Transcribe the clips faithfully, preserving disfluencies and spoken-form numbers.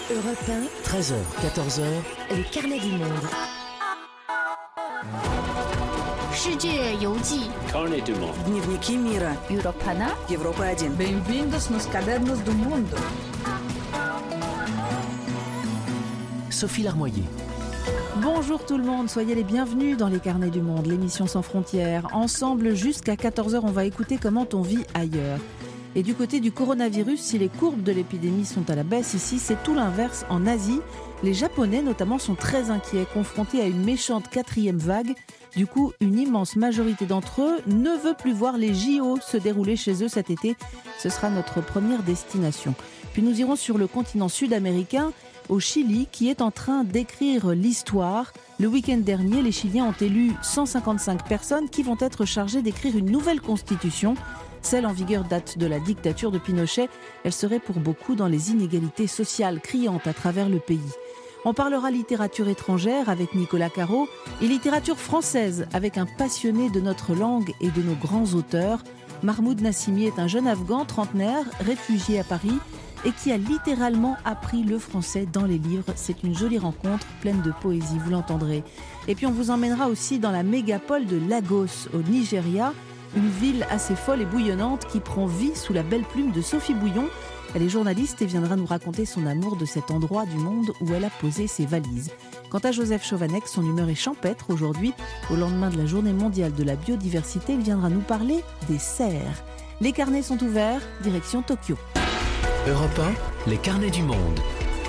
Europe un, treize heures, quatorze heures, les carnets du monde. Carnet du monde. Дневники мира. Europe un. Европа один. Bem-vindos nos cadernos do mundo. Sophie Larmoyer. Bonjour tout le monde, soyez les bienvenus dans les carnets du monde, l'émission sans frontières. Ensemble, jusqu'à quatorze heures, on va écouter comment on vit ailleurs. Et du côté du coronavirus, si les courbes de l'épidémie sont à la baisse ici, c'est tout l'inverse en Asie. Les Japonais notamment sont très inquiets, confrontés à une méchante quatrième vague. Du coup, une immense majorité d'entre eux ne veut plus voir les J O se dérouler chez eux cet été. Ce sera notre première destination. Puis nous irons sur le continent sud-américain, au Chili, qui est en train d'écrire l'histoire. Le week-end dernier, les Chiliens ont élu cent cinquante-cinq personnes qui vont être chargées d'écrire une nouvelle constitution. Celle en vigueur date de la dictature de Pinochet. Elle serait pour beaucoup dans les inégalités sociales criantes à travers le pays. On parlera littérature étrangère avec Nicolas Caro et littérature française avec un passionné de notre langue et de nos grands auteurs. Mahmoud Nassimi est un jeune Afghan trentenaire, réfugié à Paris et qui a littéralement appris le français dans les livres. C'est une jolie rencontre pleine de poésie, vous l'entendrez. Et puis on vous emmènera aussi dans la mégapole de Lagos au Nigeria, une ville assez folle et bouillonnante qui prend vie sous la belle plume de Sophie Bouillon. Elle est journaliste et viendra nous raconter son amour de cet endroit du monde où elle a posé ses valises. Quant à Joseph Chovanec, son humeur est champêtre aujourd'hui. Au lendemain de la journée mondiale de la biodiversité, il viendra nous parler des cerfs. Les carnets sont ouverts, direction Tokyo. Europe un, les carnets du monde.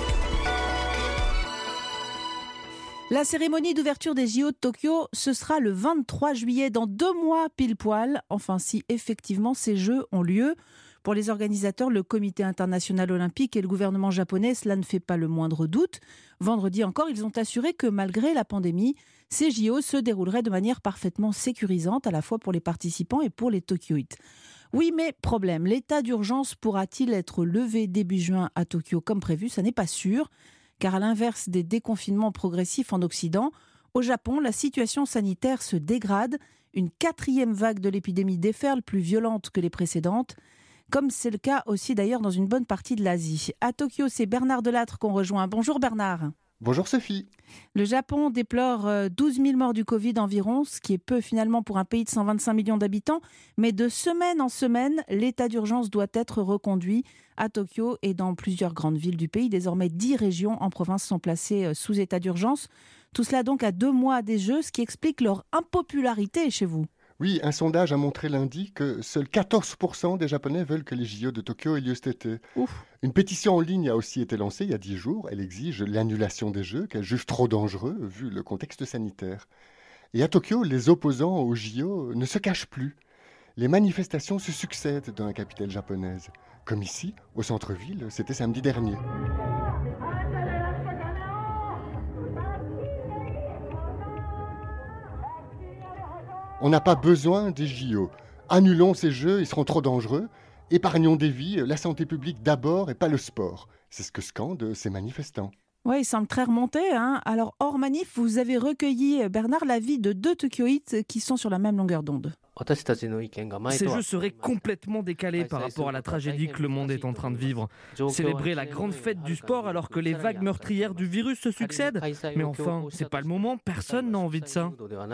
La cérémonie d'ouverture des J O de Tokyo, ce sera le vingt-trois juillet, dans deux mois pile poil. Enfin, si effectivement ces Jeux ont lieu. Pour les organisateurs, le Comité international olympique et le gouvernement japonais, cela ne fait pas le moindre doute. Vendredi encore, ils ont assuré que malgré la pandémie, ces J O se dérouleraient de manière parfaitement sécurisante, à la fois pour les participants et pour les Tokyoïtes. Oui, mais problème, l'état d'urgence pourra-t-il être levé début juin à Tokyo comme prévu ? Ça n'est pas sûr, car à l'inverse des déconfinements progressifs en Occident, au Japon, la situation sanitaire se dégrade. Une quatrième vague de l'épidémie déferle, plus violente que les précédentes, comme c'est le cas aussi d'ailleurs dans une bonne partie de l'Asie. À Tokyo, c'est Bernard Delattre qu'on rejoint. Bonjour Bernard. Bonjour Sophie. Le Japon déplore douze mille morts du Covid environ, ce qui est peu finalement pour un pays de cent vingt-cinq millions d'habitants. Mais de semaine en semaine, l'état d'urgence doit être reconduit à Tokyo et dans plusieurs grandes villes du pays. Désormais, dix régions en province sont placées sous état d'urgence. Tout cela donc à deux mois des Jeux, ce qui explique leur impopularité chez vous. Oui, un sondage a montré lundi que seuls quatorze pour cent des Japonais veulent que les J O de Tokyo aient lieu cet été. Ouf. Une pétition en ligne a aussi été lancée il y a dix jours. Elle exige l'annulation des Jeux, qu'elle juge trop dangereux vu le contexte sanitaire. Et à Tokyo, les opposants aux J O ne se cachent plus. Les manifestations se succèdent dans la capitale japonaise. Comme ici, au centre-ville, c'était samedi dernier. On n'a pas besoin des J O. Annulons ces Jeux, ils seront trop dangereux. Épargnons des vies, la santé publique d'abord et pas le sport. C'est ce que scandent ces manifestants. Oui, il semble très remonté. Hein. Alors, hors manif, vous avez recueilli, Bernard, l'avis de deux Tokyoïtes qui sont sur la même longueur d'onde. Ces Jeux seraient complètement décalés par rapport à la tragédie que le monde est en train de vivre. Célébrer la grande fête du sport alors que les vagues meurtrières du virus se succèdent. Mais enfin, c'est pas le moment, personne n'a envie de ça.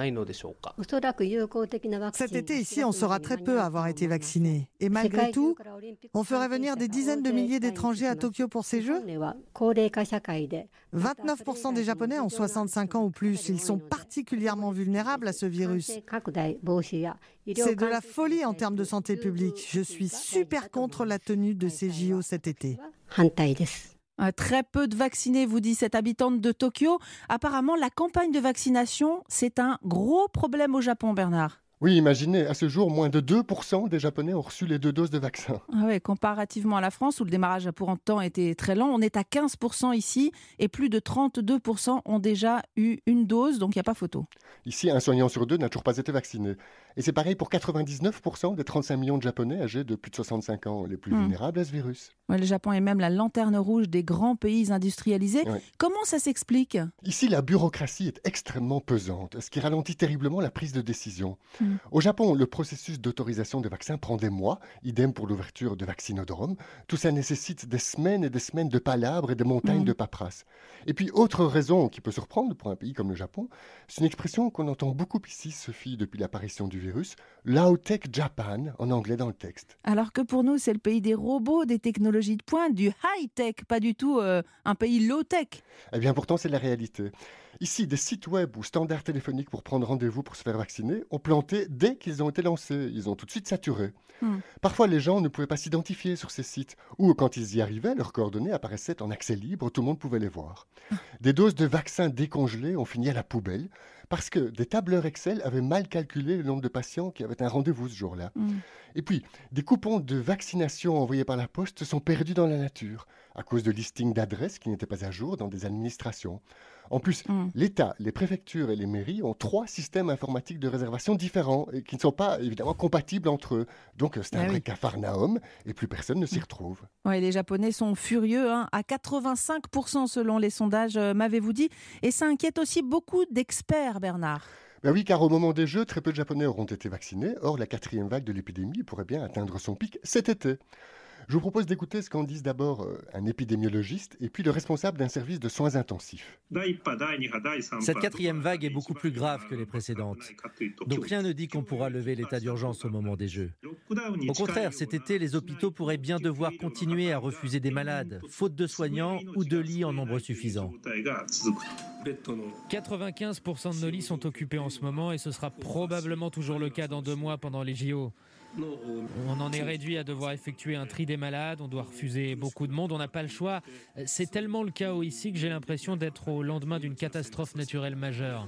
Cet été ici, on sera très peu à avoir été vaccinés. Et malgré tout, on ferait venir des dizaines de milliers d'étrangers à Tokyo pour ces Jeux. vingt-neuf pour cent des Japonais ont soixante-cinq ans ou plus. Ils sont particulièrement vulnérables à ce virus. C'est de la folie en termes de santé publique. Je suis super contre la tenue de ces J O cet été. Très peu de vaccinés, vous dit cette habitante de Tokyo. Apparemment, la campagne de vaccination, c'est un gros problème au Japon, Bernard. Oui, imaginez, à ce jour, moins de deux pour cent des Japonais ont reçu les deux doses de vaccin. Ah ouais, comparativement à la France, où le démarrage à pour un temps était très lent, on est à quinze pour cent ici et plus de trente-deux pour cent ont déjà eu une dose, donc il n'y a pas photo. Ici, un soignant sur deux n'a toujours pas été vacciné. Et c'est pareil pour quatre-vingt-dix-neuf pour cent des trente-cinq millions de Japonais âgés de plus de soixante-cinq ans, les plus mmh. vulnérables à ce virus. Ouais, le Japon est même la lanterne rouge des grands pays industrialisés. Ouais. Comment ça s'explique ? Ici, la bureaucratie est extrêmement pesante, ce qui ralentit terriblement la prise de décision. Mmh. Au Japon, le processus d'autorisation des vaccins prend des mois, idem pour l'ouverture de vaccinodromes. Tout ça nécessite des semaines et des semaines de palabres et des montagnes mmh. de paperasse. Et puis, autre raison qui peut surprendre pour un pays comme le Japon, c'est une expression qu'on entend beaucoup ici, Sophie, depuis l'apparition du virus, Low-Tech Japan, en anglais dans le texte. Alors que pour nous, c'est le pays des robots, des technologies de pointe, du high-tech, pas du tout euh, un pays low-tech. Eh bien, pourtant, c'est la réalité. Ici, des sites web ou standards téléphoniques pour prendre rendez-vous pour se faire vacciner ont planté dès qu'ils ont été lancés. Ils ont tout de suite saturé. Hmm. Parfois, les gens ne pouvaient pas s'identifier sur ces sites. Ou quand ils y arrivaient, leurs coordonnées apparaissaient en accès libre, tout le monde pouvait les voir. Des doses de vaccins décongelés ont fini à la poubelle parce que des tableurs Excel avaient mal calculé le nombre de patients qui avaient un rendez-vous ce jour-là. Hmm. Et puis, des coupons de vaccination envoyés par la poste sont perdus dans la nature à cause de listings d'adresses qui n'étaient pas à jour dans des administrations. En plus, mmh. l'État, les préfectures et les mairies ont trois systèmes informatiques de réservation différents et qui ne sont pas évidemment compatibles entre eux. Donc c'est un ah vrai oui. capharnaüm et plus personne ne s'y retrouve. Ouais, les Japonais sont furieux, hein, à quatre-vingt-cinq pour cent selon les sondages, euh, m'avez-vous dit. Et ça inquiète aussi beaucoup d'experts, Bernard. Ben oui, car au moment des Jeux, très peu de Japonais auront été vaccinés. Or, la quatrième vague de l'épidémie pourrait bien atteindre son pic cet été. Je vous propose d'écouter ce qu'en disent d'abord un épidémiologiste et puis le responsable d'un service de soins intensifs. Cette quatrième vague est beaucoup plus grave que les précédentes. Donc rien ne dit qu'on pourra lever l'état d'urgence au moment des Jeux. Au contraire, cet été, les hôpitaux pourraient bien devoir continuer à refuser des malades, faute de soignants ou de lits en nombre suffisant. quatre-vingt-quinze pour cent de nos lits sont occupés en ce moment et ce sera probablement toujours le cas dans deux mois pendant les J O. On en est réduit à devoir effectuer un tri des malades, on doit refuser beaucoup de monde, on n'a pas le choix. C'est tellement le chaos ici que j'ai l'impression d'être au lendemain d'une catastrophe naturelle majeure.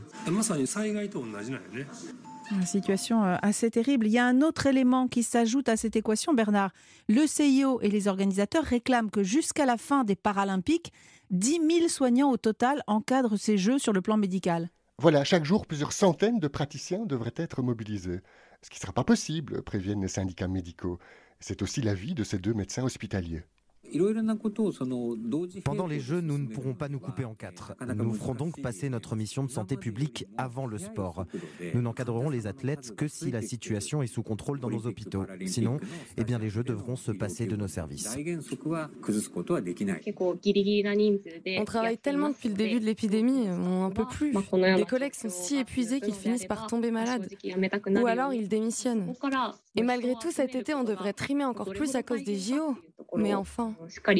Une situation assez terrible. Il y a un autre élément qui s'ajoute à cette équation, Bernard. Le C I O et les organisateurs réclament que jusqu'à la fin des Paralympiques, dix mille soignants au total encadrent ces Jeux sur le plan médical. Voilà, chaque jour, plusieurs centaines de praticiens devraient être mobilisés. Ce qui ne sera pas possible, préviennent les syndicats médicaux. C'est aussi l'avis de ces deux médecins hospitaliers. Pendant les Jeux, nous ne pourrons pas nous couper en quatre. Nous ferons donc passer notre mission de santé publique avant le sport. Nous n'encadrerons les athlètes que si la situation est sous contrôle dans nos hôpitaux. Sinon, eh bien, les Jeux devront se passer de nos services. On travaille tellement depuis le début de l'épidémie, on n'en peut plus. Les collègues sont si épuisés qu'ils finissent par tomber malades. Ou alors ils démissionnent. Et malgré tout, cet été, on devrait trimer encore plus à cause des J O. Mais enfin...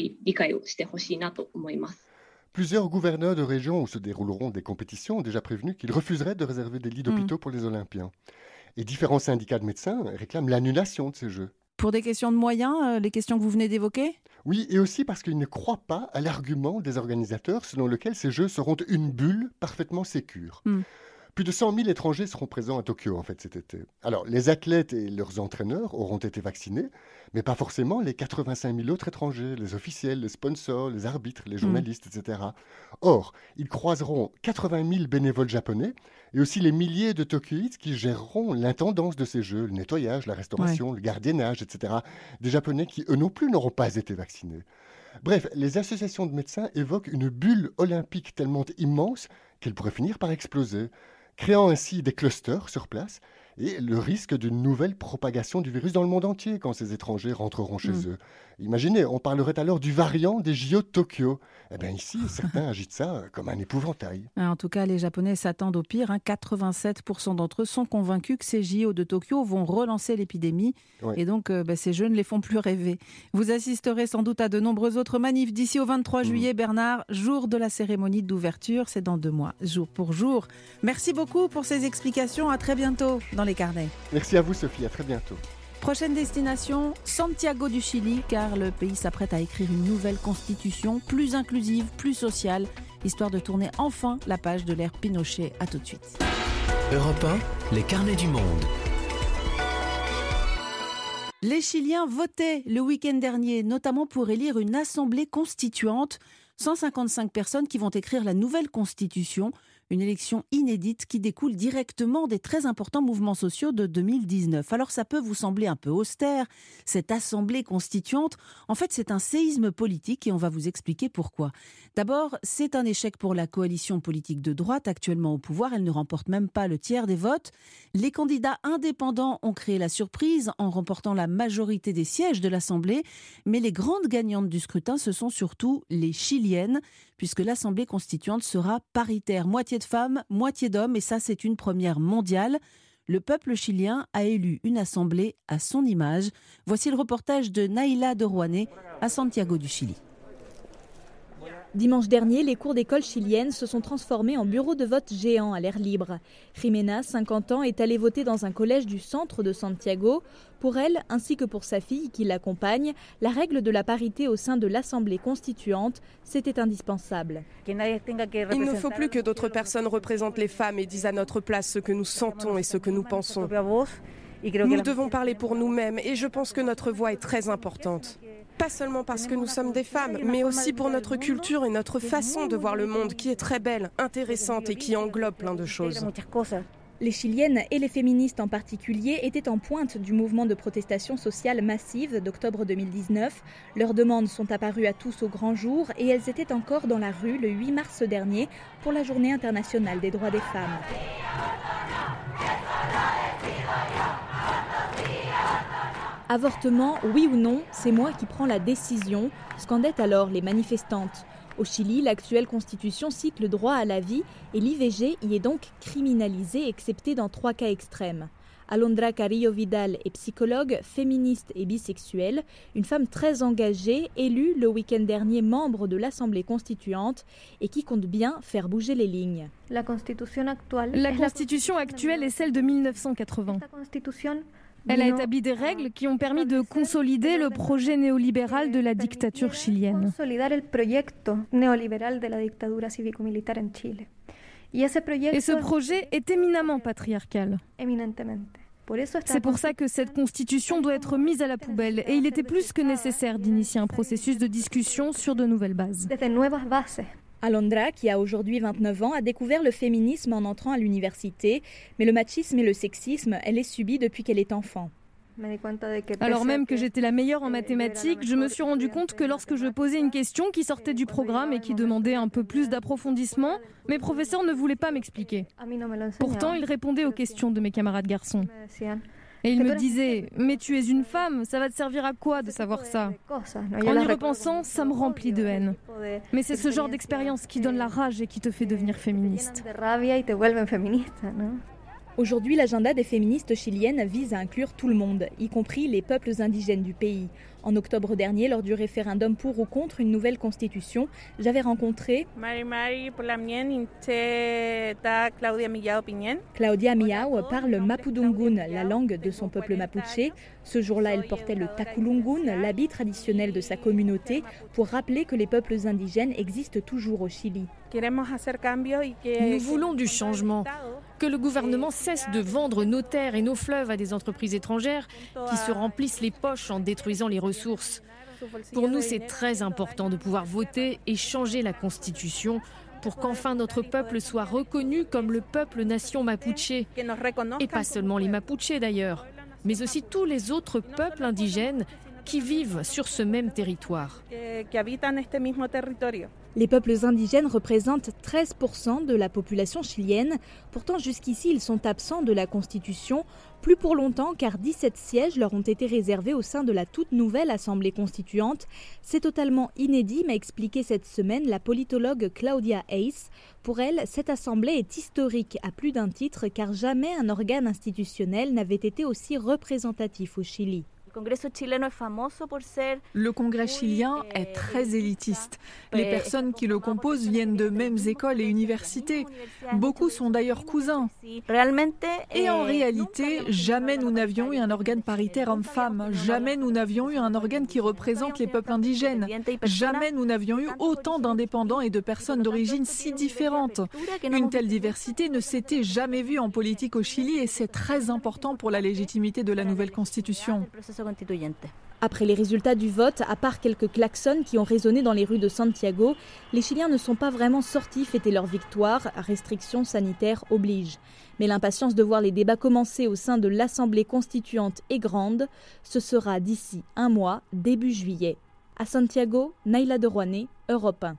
Plusieurs gouverneurs de régions où se dérouleront des compétitions ont déjà prévenu qu'ils refuseraient de réserver des lits d'hôpitaux mmh. pour les Olympiens. Et différents syndicats de médecins réclament l'annulation de ces Jeux. Pour des questions de moyens, euh, les questions que vous venez d'évoquer ? Oui, et aussi parce qu'ils ne croient pas à l'argument des organisateurs selon lequel ces Jeux seront une bulle parfaitement sécure. Mmh. Plus de cent mille étrangers seront présents à Tokyo en fait cet été. Alors, les athlètes et leurs entraîneurs auront été vaccinés, mais pas forcément les quatre-vingt-cinq mille autres étrangers, les officiels, les sponsors, les arbitres, les journalistes, mmh. et cetera. Or, ils croiseront quatre-vingt mille bénévoles japonais et aussi les milliers de Tokyoïtes qui géreront l'intendance de ces Jeux, le nettoyage, la restauration, ouais. le gardiennage, et cetera. Des Japonais qui, eux non plus, n'auront pas été vaccinés. Bref, les associations de médecins évoquent une bulle olympique tellement immense qu'elle pourrait finir par exploser, créant ainsi des clusters sur place et le risque d'une nouvelle propagation du virus dans le monde entier quand ces étrangers rentreront chez mmh. eux. Imaginez, on parlerait alors du variant des J O de Tokyo. Eh bien ici, certains agitent ça comme un épouvantail. En tout cas, les Japonais s'attendent au pire. Hein. quatre-vingt-sept pour cent d'entre eux sont convaincus que ces J O de Tokyo vont relancer l'épidémie. Ouais. Et donc, euh, bah, ces Jeux ne les font plus rêver. Vous assisterez sans doute à de nombreux autres manifs d'ici au vingt-trois juillet, mmh. Bernard, jour de la cérémonie d'ouverture. C'est dans deux mois, jour pour jour. Merci beaucoup pour ces explications. À très bientôt dans les carnets. Merci à vous, Sophie. À très bientôt. Prochaine destination, Santiago du Chili, car le pays s'apprête à écrire une nouvelle constitution, plus inclusive, plus sociale, histoire de tourner enfin la page de l'ère Pinochet. À tout de suite. Europe un, les carnets du monde. Les Chiliens votaient le week-end dernier, notamment pour élire une assemblée constituante. cent cinquante-cinq personnes qui vont écrire la nouvelle constitution. Une élection inédite qui découle directement des très importants mouvements sociaux de deux mille dix-neuf. Alors ça peut vous sembler un peu austère, cette assemblée constituante. En fait, c'est un séisme politique et on va vous expliquer pourquoi. D'abord, c'est un échec pour la coalition politique de droite actuellement au pouvoir. Elle ne remporte même pas le tiers des votes. Les candidats indépendants ont créé la surprise en remportant la majorité des sièges de l'Assemblée. Mais les grandes gagnantes du scrutin, ce sont surtout les Chiliennes, puisque l'Assemblée constituante sera paritaire, moitié de femmes, moitié d'hommes, et ça c'est une première mondiale. Le peuple chilien a élu une assemblée à son image. Voici le reportage de Naïla de Rouanet à Santiago du Chili. Dimanche dernier, les cours d'école chiliennes se sont transformés en bureaux de vote géants à l'air libre. Jimena, cinquante ans, est allée voter dans un collège du centre de Santiago. Pour elle, ainsi que pour sa fille qui l'accompagne, la règle de la parité au sein de l'Assemblée constituante, c'était indispensable. Il ne faut plus que d'autres personnes représentent les femmes et disent à notre place ce que nous sentons et ce que nous pensons. Nous devons parler pour nous-mêmes et je pense que notre voix est très importante. Pas seulement parce que nous sommes des femmes, mais aussi pour notre culture et notre façon de voir le monde qui est très belle, intéressante et qui englobe plein de choses. Les Chiliennes et les féministes en particulier étaient en pointe du mouvement de protestation sociale massive d'octobre deux mille dix-neuf. Leurs demandes sont apparues à tous au grand jour et elles étaient encore dans la rue le huit mars dernier pour la Journée internationale des droits des femmes. Avortement, oui ou non, c'est moi qui prends la décision, scandaient alors les manifestantes. Au Chili, l'actuelle constitution cite le droit à la vie et l'I V G y est donc criminalisé, excepté dans trois cas extrêmes. Alondra Carrillo Vidal est psychologue, féministe et bisexuelle, une femme très engagée, élue le week-end dernier membre de l'Assemblée constituante et qui compte bien faire bouger les lignes. La constitution actuelle, la constitution actuelle est celle de mille neuf cent quatre-vingts. Elle a établi des règles qui ont permis de consolider le projet néolibéral de la dictature chilienne. Et ce projet est éminemment patriarcal. C'est pour ça que cette constitution doit être mise à la poubelle et il était plus que nécessaire d'initier un processus de discussion sur de nouvelles bases. Alondra, qui a aujourd'hui vingt-neuf ans, a découvert le féminisme en entrant à l'université, mais le machisme et le sexisme, elle les subit depuis qu'elle est enfant. Alors même que j'étais la meilleure en mathématiques, je me suis rendu compte que lorsque je posais une question qui sortait du programme et qui demandait un peu plus d'approfondissement, mes professeurs ne voulaient pas m'expliquer. Pourtant, ils répondaient aux questions de mes camarades garçons. Et ils me disaient « Mais tu es une femme, ça va te servir à quoi de savoir ça ?» En y repensant, ça me remplit de haine. Mais c'est ce genre d'expérience qui donne la rage et qui te fait devenir féministe. Aujourd'hui, l'agenda des féministes chiliennes vise à inclure tout le monde, y compris les peuples indigènes du pays. En octobre dernier, lors du référendum pour ou contre une nouvelle constitution, j'avais rencontré Claudia Miao parle Mapudungun, la langue de son peuple mapuche. Ce jour-là, elle portait le takulungun, l'habit traditionnel de sa communauté, pour rappeler que les peuples indigènes existent toujours au Chili. Nous voulons du changement, que le gouvernement cesse de vendre nos terres et nos fleuves à des entreprises étrangères qui se remplissent les poches en détruisant les ressources. Pour nous, c'est très important de pouvoir voter et changer la Constitution pour qu'enfin notre peuple soit reconnu comme le peuple nation mapuche. Et pas seulement les Mapuches d'ailleurs, mais aussi tous les autres peuples indigènes qui vivent sur ce même territoire. Les peuples indigènes représentent treize pour cent de la population chilienne. Pourtant, jusqu'ici, ils sont absents de la Constitution. Plus pour longtemps, car dix-sept sièges leur ont été réservés au sein de la toute nouvelle Assemblée constituante. C'est totalement inédit, m'a expliqué cette semaine la politologue Claudia Ace. Pour elle, cette Assemblée est historique à plus d'un titre, car jamais un organe institutionnel n'avait été aussi représentatif au Chili. Le Congrès chilien est très élitiste. Les personnes qui le composent viennent de mêmes écoles et universités. Beaucoup sont d'ailleurs cousins. Et en réalité, jamais nous n'avions eu un organe paritaire homme-femme. Jamais nous n'avions eu un organe qui représente les peuples indigènes. Jamais nous n'avions eu autant d'indépendants et de personnes d'origine si différentes. Une telle diversité ne s'était jamais vue en politique au Chili et c'est très important pour la légitimité de la nouvelle constitution. Après les résultats du vote, à part quelques klaxons qui ont résonné dans les rues de Santiago, les Chiliens ne sont pas vraiment sortis fêter leur victoire, restrictions sanitaires obligent. Mais l'impatience de voir les débats commencer au sein de l'Assemblée constituante est grande. Ce sera d'ici un mois, début juillet. À Santiago, Naïla de Rouanet, Europe un.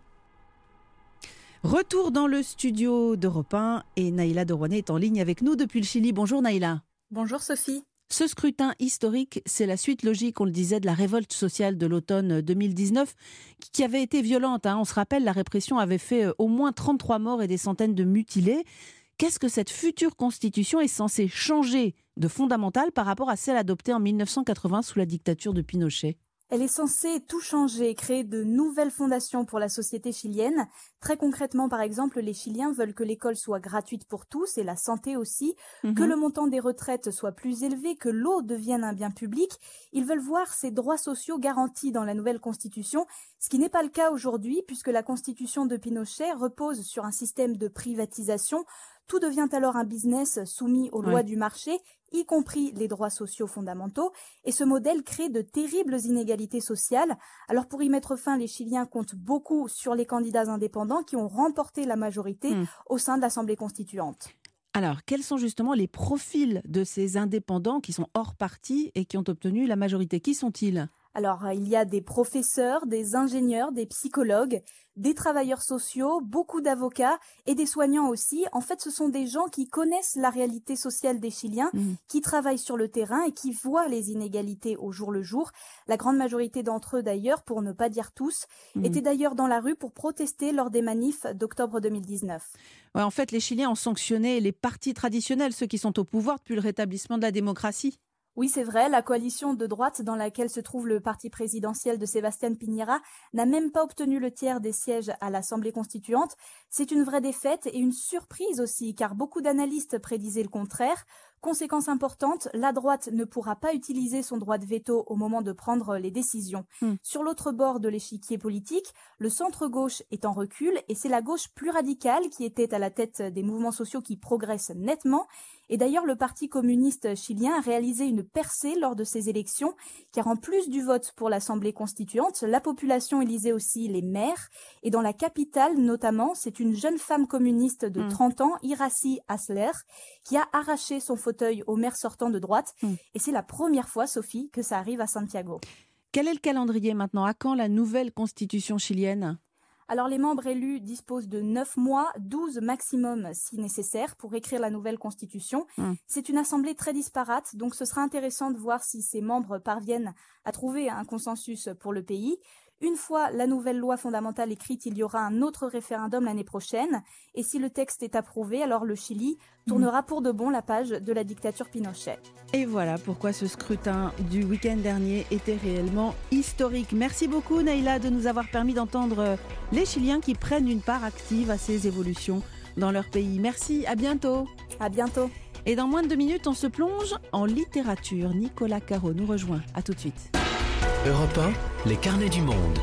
Retour dans le studio d'Europe un et Naïla de Rouanet est en ligne avec nous depuis le Chili. Bonjour Naïla. Bonjour Sophie. Ce scrutin historique, c'est la suite logique, on le disait, de la révolte sociale de l'automne deux mille dix-neuf, qui avait été violente. Hein. On se rappelle, la répression avait fait au moins trente-trois morts et des centaines de mutilés. Qu'est-ce que cette future constitution est censée changer de fondamental par rapport à celle adoptée en mille neuf cent quatre-vingts sous la dictature de Pinochet ? Elle est censée tout changer, créer de nouvelles fondations pour la société chilienne. Très concrètement, par exemple, les Chiliens veulent que l'école soit gratuite pour tous et la santé aussi, mmh. que le montant des retraites soit plus élevé, que l'eau devienne un bien public. Ils veulent voir ces droits sociaux garantis dans la nouvelle constitution, ce qui n'est pas le cas aujourd'hui puisque la constitution de Pinochet repose sur un système de privatisation. Tout devient alors un business soumis aux lois ouais. du marché, y compris les droits sociaux fondamentaux. Et ce modèle crée de terribles inégalités sociales. Alors pour y mettre fin, les Chiliens comptent beaucoup sur les candidats indépendants qui ont remporté la majorité mmh. au sein de l'Assemblée constituante. Alors, quels sont justement les profils de ces indépendants qui sont hors parti et qui ont obtenu la majorité ? Qui sont-ils ? Alors, il y a des professeurs, des ingénieurs, des psychologues, des travailleurs sociaux, beaucoup d'avocats et des soignants aussi. En fait, ce sont des gens qui connaissent la réalité sociale des Chiliens, mmh. qui travaillent sur le terrain et qui voient les inégalités au jour le jour. La grande majorité d'entre eux, d'ailleurs, pour ne pas dire tous, mmh. étaient d'ailleurs dans la rue pour protester lors des manifs d'octobre deux mille dix-neuf. Ouais, en fait, les Chiliens ont sanctionné les partis traditionnels, ceux qui sont au pouvoir depuis le rétablissement de la démocratie. Oui, c'est vrai, la coalition de droite dans laquelle se trouve le parti présidentiel de Sebastián Piñera n'a même pas obtenu le tiers des sièges à l'Assemblée constituante. C'est une vraie défaite et une surprise aussi, car beaucoup d'analystes prédisaient le contraire. Conséquence importante, la droite ne pourra pas utiliser son droit de veto au moment de prendre les décisions. Mmh. Sur l'autre bord de l'échiquier politique, le centre-gauche est en recul et c'est la gauche plus radicale qui était à la tête des mouvements sociaux qui progressent nettement. Et d'ailleurs, le Parti communiste chilien a réalisé une percée lors de ces élections, car en plus du vote pour l'Assemblée constituante, la population élisait aussi les maires. Et dans la capitale, notamment, c'est une jeune femme communiste de mmh. trente ans, Iracy Asler, qui a arraché son fauteuil au maire sortant de droite. Mmh. Et c'est la première fois, Sophie, que ça arrive à Santiago. Quel est le calendrier maintenant ? À quand la nouvelle constitution chilienne ? Alors les membres élus disposent de neuf mois, douze maximum si nécessaire, pour écrire la nouvelle constitution. Mmh. C'est une assemblée très disparate, donc ce sera intéressant de voir si ces membres parviennent à trouver un consensus pour le pays. Une fois la nouvelle loi fondamentale écrite, il y aura un autre référendum l'année prochaine. Et si le texte est approuvé, alors le Chili tournera pour de bon la page de la dictature Pinochet. Et voilà pourquoi ce scrutin du week-end dernier était réellement historique. Merci beaucoup Naïla de nous avoir permis d'entendre les Chiliens qui prennent une part active à ces évolutions dans leur pays. Merci, à bientôt. À bientôt. Et dans moins de deux minutes, on se plonge en littérature. Nicolas Caro nous rejoint. À tout de suite. Europe un, les carnets du monde.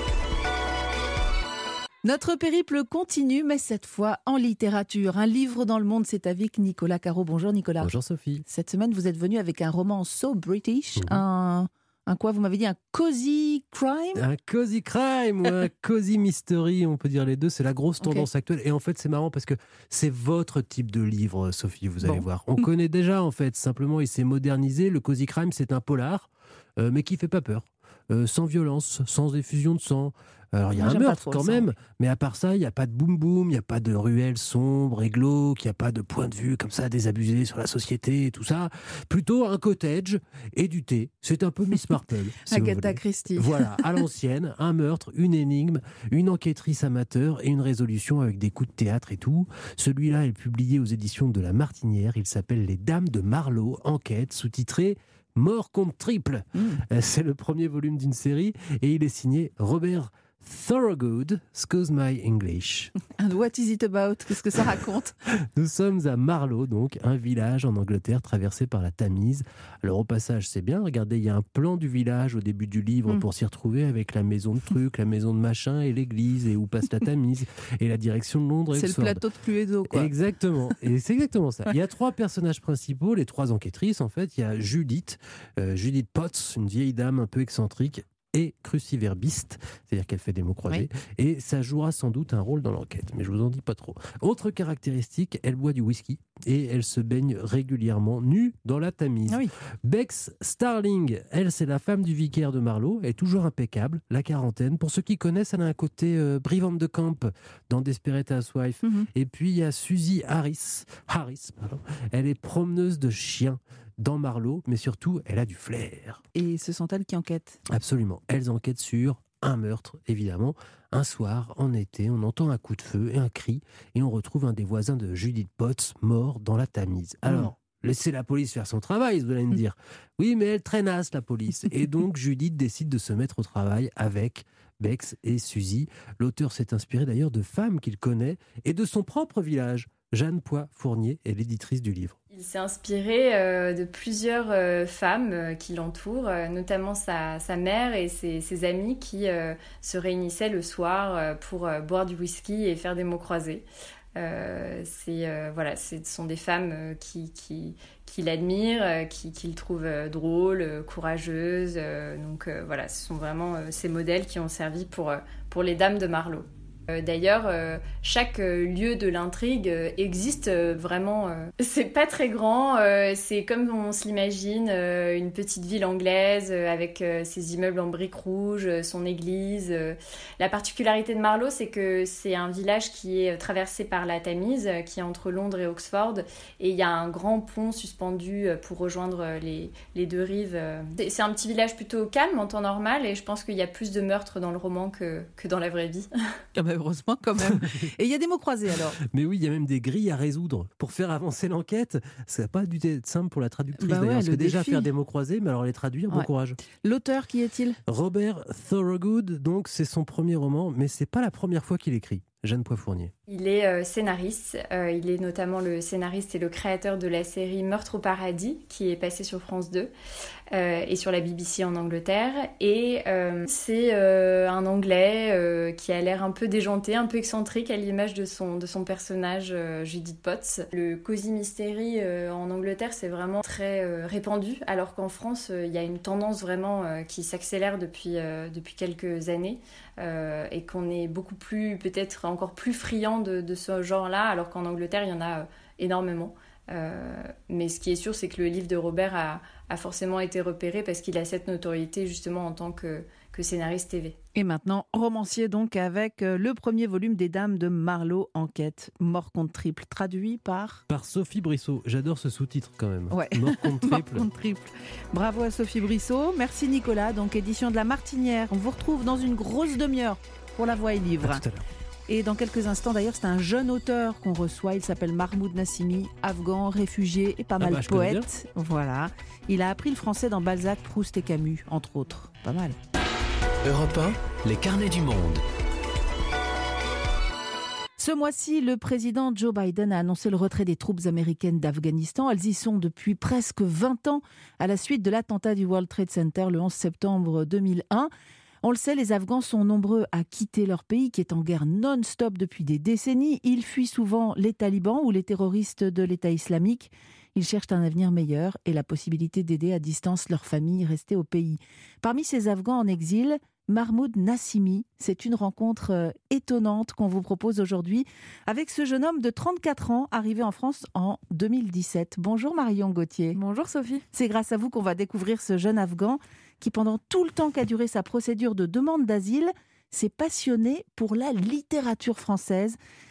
Notre périple continue, mais cette fois en littérature. Un livre dans le monde, c'est avec Nicolas Caro. Bonjour Nicolas. Bonjour Sophie. Cette semaine, vous êtes venu avec un roman so British, mmh. un, un quoi, vous m'avez dit, un cozy crime ? Un cozy crime ou un cozy mystery, on peut dire les deux. C'est la grosse tendance okay. actuelle. Et en fait, c'est marrant parce que c'est votre type de livre, Sophie, vous allez bon. voir. On connaît déjà, en fait. Simplement, il s'est modernisé. Le cozy crime, c'est un polar. Euh, mais qui fait pas peur, euh, sans violence, sans effusion de sang. Alors il y a Moi, un meurtre quand même, mais à part ça, il n'y a pas de boum boum, il n'y a pas de ruelles sombres et glauques, il n'y a pas de point de vue comme ça désabusé sur la société et tout ça. Plutôt un cottage et du thé. C'est un peu Miss Marple. si Agatha Christie. Voilà, à l'ancienne, un meurtre, une énigme, une enquêtrice amateur et une résolution avec des coups de théâtre et tout. Celui-là est publié aux éditions de La Martinière. Il s'appelle Les Dames de Marlowe, enquête, sous-titré Mort contre triple. Mmh. C'est le premier volume d'une série et il est signé Robert Thorogood, excuse my English. And what is it about? Qu'est-ce que ça raconte? Nous sommes à Marlow, donc un village en Angleterre traversé par la Tamise. Alors au passage, c'est bien, regardez, il y a un plan du village au début du livre mm. pour s'y retrouver avec la maison de trucs, la maison de machin et l'église et où passe la Tamise et la direction de Londres. C'est Oxford. Le plateau de Cluedo, quoi. Exactement, et c'est exactement ça. Il y a trois personnages principaux, les trois enquêtrices en fait. Il y a Judith, euh, Judith Potts, une vieille dame un peu excentrique, et cruciverbiste, c'est-à-dire qu'elle fait des mots croisés, oui. et ça jouera sans doute un rôle dans l'enquête, mais je vous en dis pas trop. Autre caractéristique, elle boit du whisky et elle se baigne régulièrement nue dans la Tamise. Ah oui. Bex Starling, elle c'est la femme du vicaire de Marlow, elle est toujours impeccable, la quarantaine. Pour ceux qui connaissent, elle a un côté euh, Brie Van de Camp dans Desperate Housewives. Mm-hmm. Et puis il y a Suzy Harris, Harris pardon. Elle est promeneuse de chiens dans Marlow, mais surtout, elle a du flair. Et ce sont elles qui enquêtent? Absolument. Elles enquêtent sur un meurtre, évidemment. Un soir, en été, on entend un coup de feu et un cri, et on retrouve un des voisins de Judith Potts mort dans la Tamise. Alors, mmh. laissez la police faire son travail, vous allez me dire. Oui, mais elle traînasse, la police. Et donc, Judith décide de se mettre au travail avec Bex et Suzy. L'auteur s'est inspiré d'ailleurs de femmes qu'il connaît et de son propre village. Jeanne Poix-Fournier est l'éditrice du livre. Il s'est inspiré euh, de plusieurs euh, femmes euh, qui l'entourent, euh, notamment sa, sa mère et ses, ses amis qui euh, se réunissaient le soir euh, pour euh, boire du whisky et faire des mots croisés. Euh, c'est, euh, voilà, ce sont des femmes euh, qui, qui, qui l'admirent, euh, qui, qui le trouvent euh, drôle, euh, courageuse. Euh, donc euh, voilà, ce sont vraiment euh, ces modèles qui ont servi pour, euh, pour les dames de Marlow. D'ailleurs, euh, chaque euh, lieu de l'intrigue euh, existe euh, vraiment. Euh, c'est pas très grand, euh, c'est comme on se l'imagine, euh, une petite ville anglaise euh, avec euh, ses immeubles en briques rouges, euh, son église. Euh. La particularité de Marlow, c'est que c'est un village qui est traversé par la Tamise, euh, qui est entre Londres et Oxford, et il y a un grand pont suspendu euh, pour rejoindre les, les deux rives. Euh. C'est, c'est un petit village plutôt calme en temps normal, et je pense qu'il y a plus de meurtres dans le roman que, que dans la vraie vie. Ah bah heureusement quand même. Et il y a des mots croisés alors. Mais oui, il y a même des grilles à résoudre pour faire avancer l'enquête. Ça n'a pas dû être simple pour la traductrice bah ouais, d'ailleurs. Parce que déjà faire des mots croisés, mais alors les traduire, bon ouais. courage. L'auteur, qui est-il? Robert Thorogood, donc c'est son premier roman, mais c'est pas la première fois qu'il écrit. Jeanne Poix-Fournier. Il est euh, scénariste. Euh, il est notamment le scénariste et le créateur de la série Meurtre au paradis, qui est passée sur France deux euh, et sur la B B C en Angleterre. Et euh, c'est euh, un Anglais euh, qui a l'air un peu déjanté, un peu excentrique à l'image de son, de son personnage euh, Judith Potts. Le cosy mystery euh, en Angleterre, c'est vraiment très euh, répandu, alors qu'en France, euh, il y a une tendance vraiment euh, qui s'accélère depuis, euh, depuis quelques années. Euh, et qu'on est beaucoup plus, peut-être encore plus friand de, de ce genre-là, alors qu'en Angleterre, il y en a euh, énormément. Euh, mais ce qui est sûr, c'est que le livre de Robert a, a forcément été repéré parce qu'il a cette notoriété justement en tant que, que scénariste T V. Et maintenant, romancier donc avec le premier volume des Dames de Marlow, Enquête, Mort contre triple, traduit par... Par Sophie Brissot. J'adore ce sous-titre quand même. Ouais. Mort contre triple. Mort contre triple. Bravo à Sophie Brissot. Merci Nicolas. Donc édition de La Martinière. On vous retrouve dans une grosse demi-heure pour La Voix et Livre. À tout à l'heure. Et dans quelques instants, d'ailleurs, c'est un jeune auteur qu'on reçoit. Il s'appelle Mahmoud Nassimi, afghan, réfugié et pas mal ah bah, poète. Voilà. Il a appris le français dans Balzac, Proust et Camus, entre autres. Pas mal. Europe un, les carnets du monde. Ce mois-ci, le président Joe Biden a annoncé le retrait des troupes américaines d'Afghanistan. Elles y sont depuis presque vingt ans à la suite de l'attentat du World Trade Center le onze septembre deux mille un. On le sait, les Afghans sont nombreux à quitter leur pays qui est en guerre non-stop depuis des décennies. Ils fuient souvent les talibans ou les terroristes de l'État islamique. Ils cherchent un avenir meilleur et la possibilité d'aider à distance leurs familles restées au pays. Parmi ces Afghans en exil, Mahmoud Nassimi, c'est une rencontre euh, étonnante qu'on vous propose aujourd'hui avec ce jeune homme de trente-quatre ans arrivé en France en deux mille dix-sept. Bonjour Marion Gauthier. Bonjour Sophie. C'est grâce à vous qu'on va découvrir ce jeune Afghan qui, pendant tout le temps qu'a duré sa procédure de demande d'asile, s'est passionné pour la littérature française.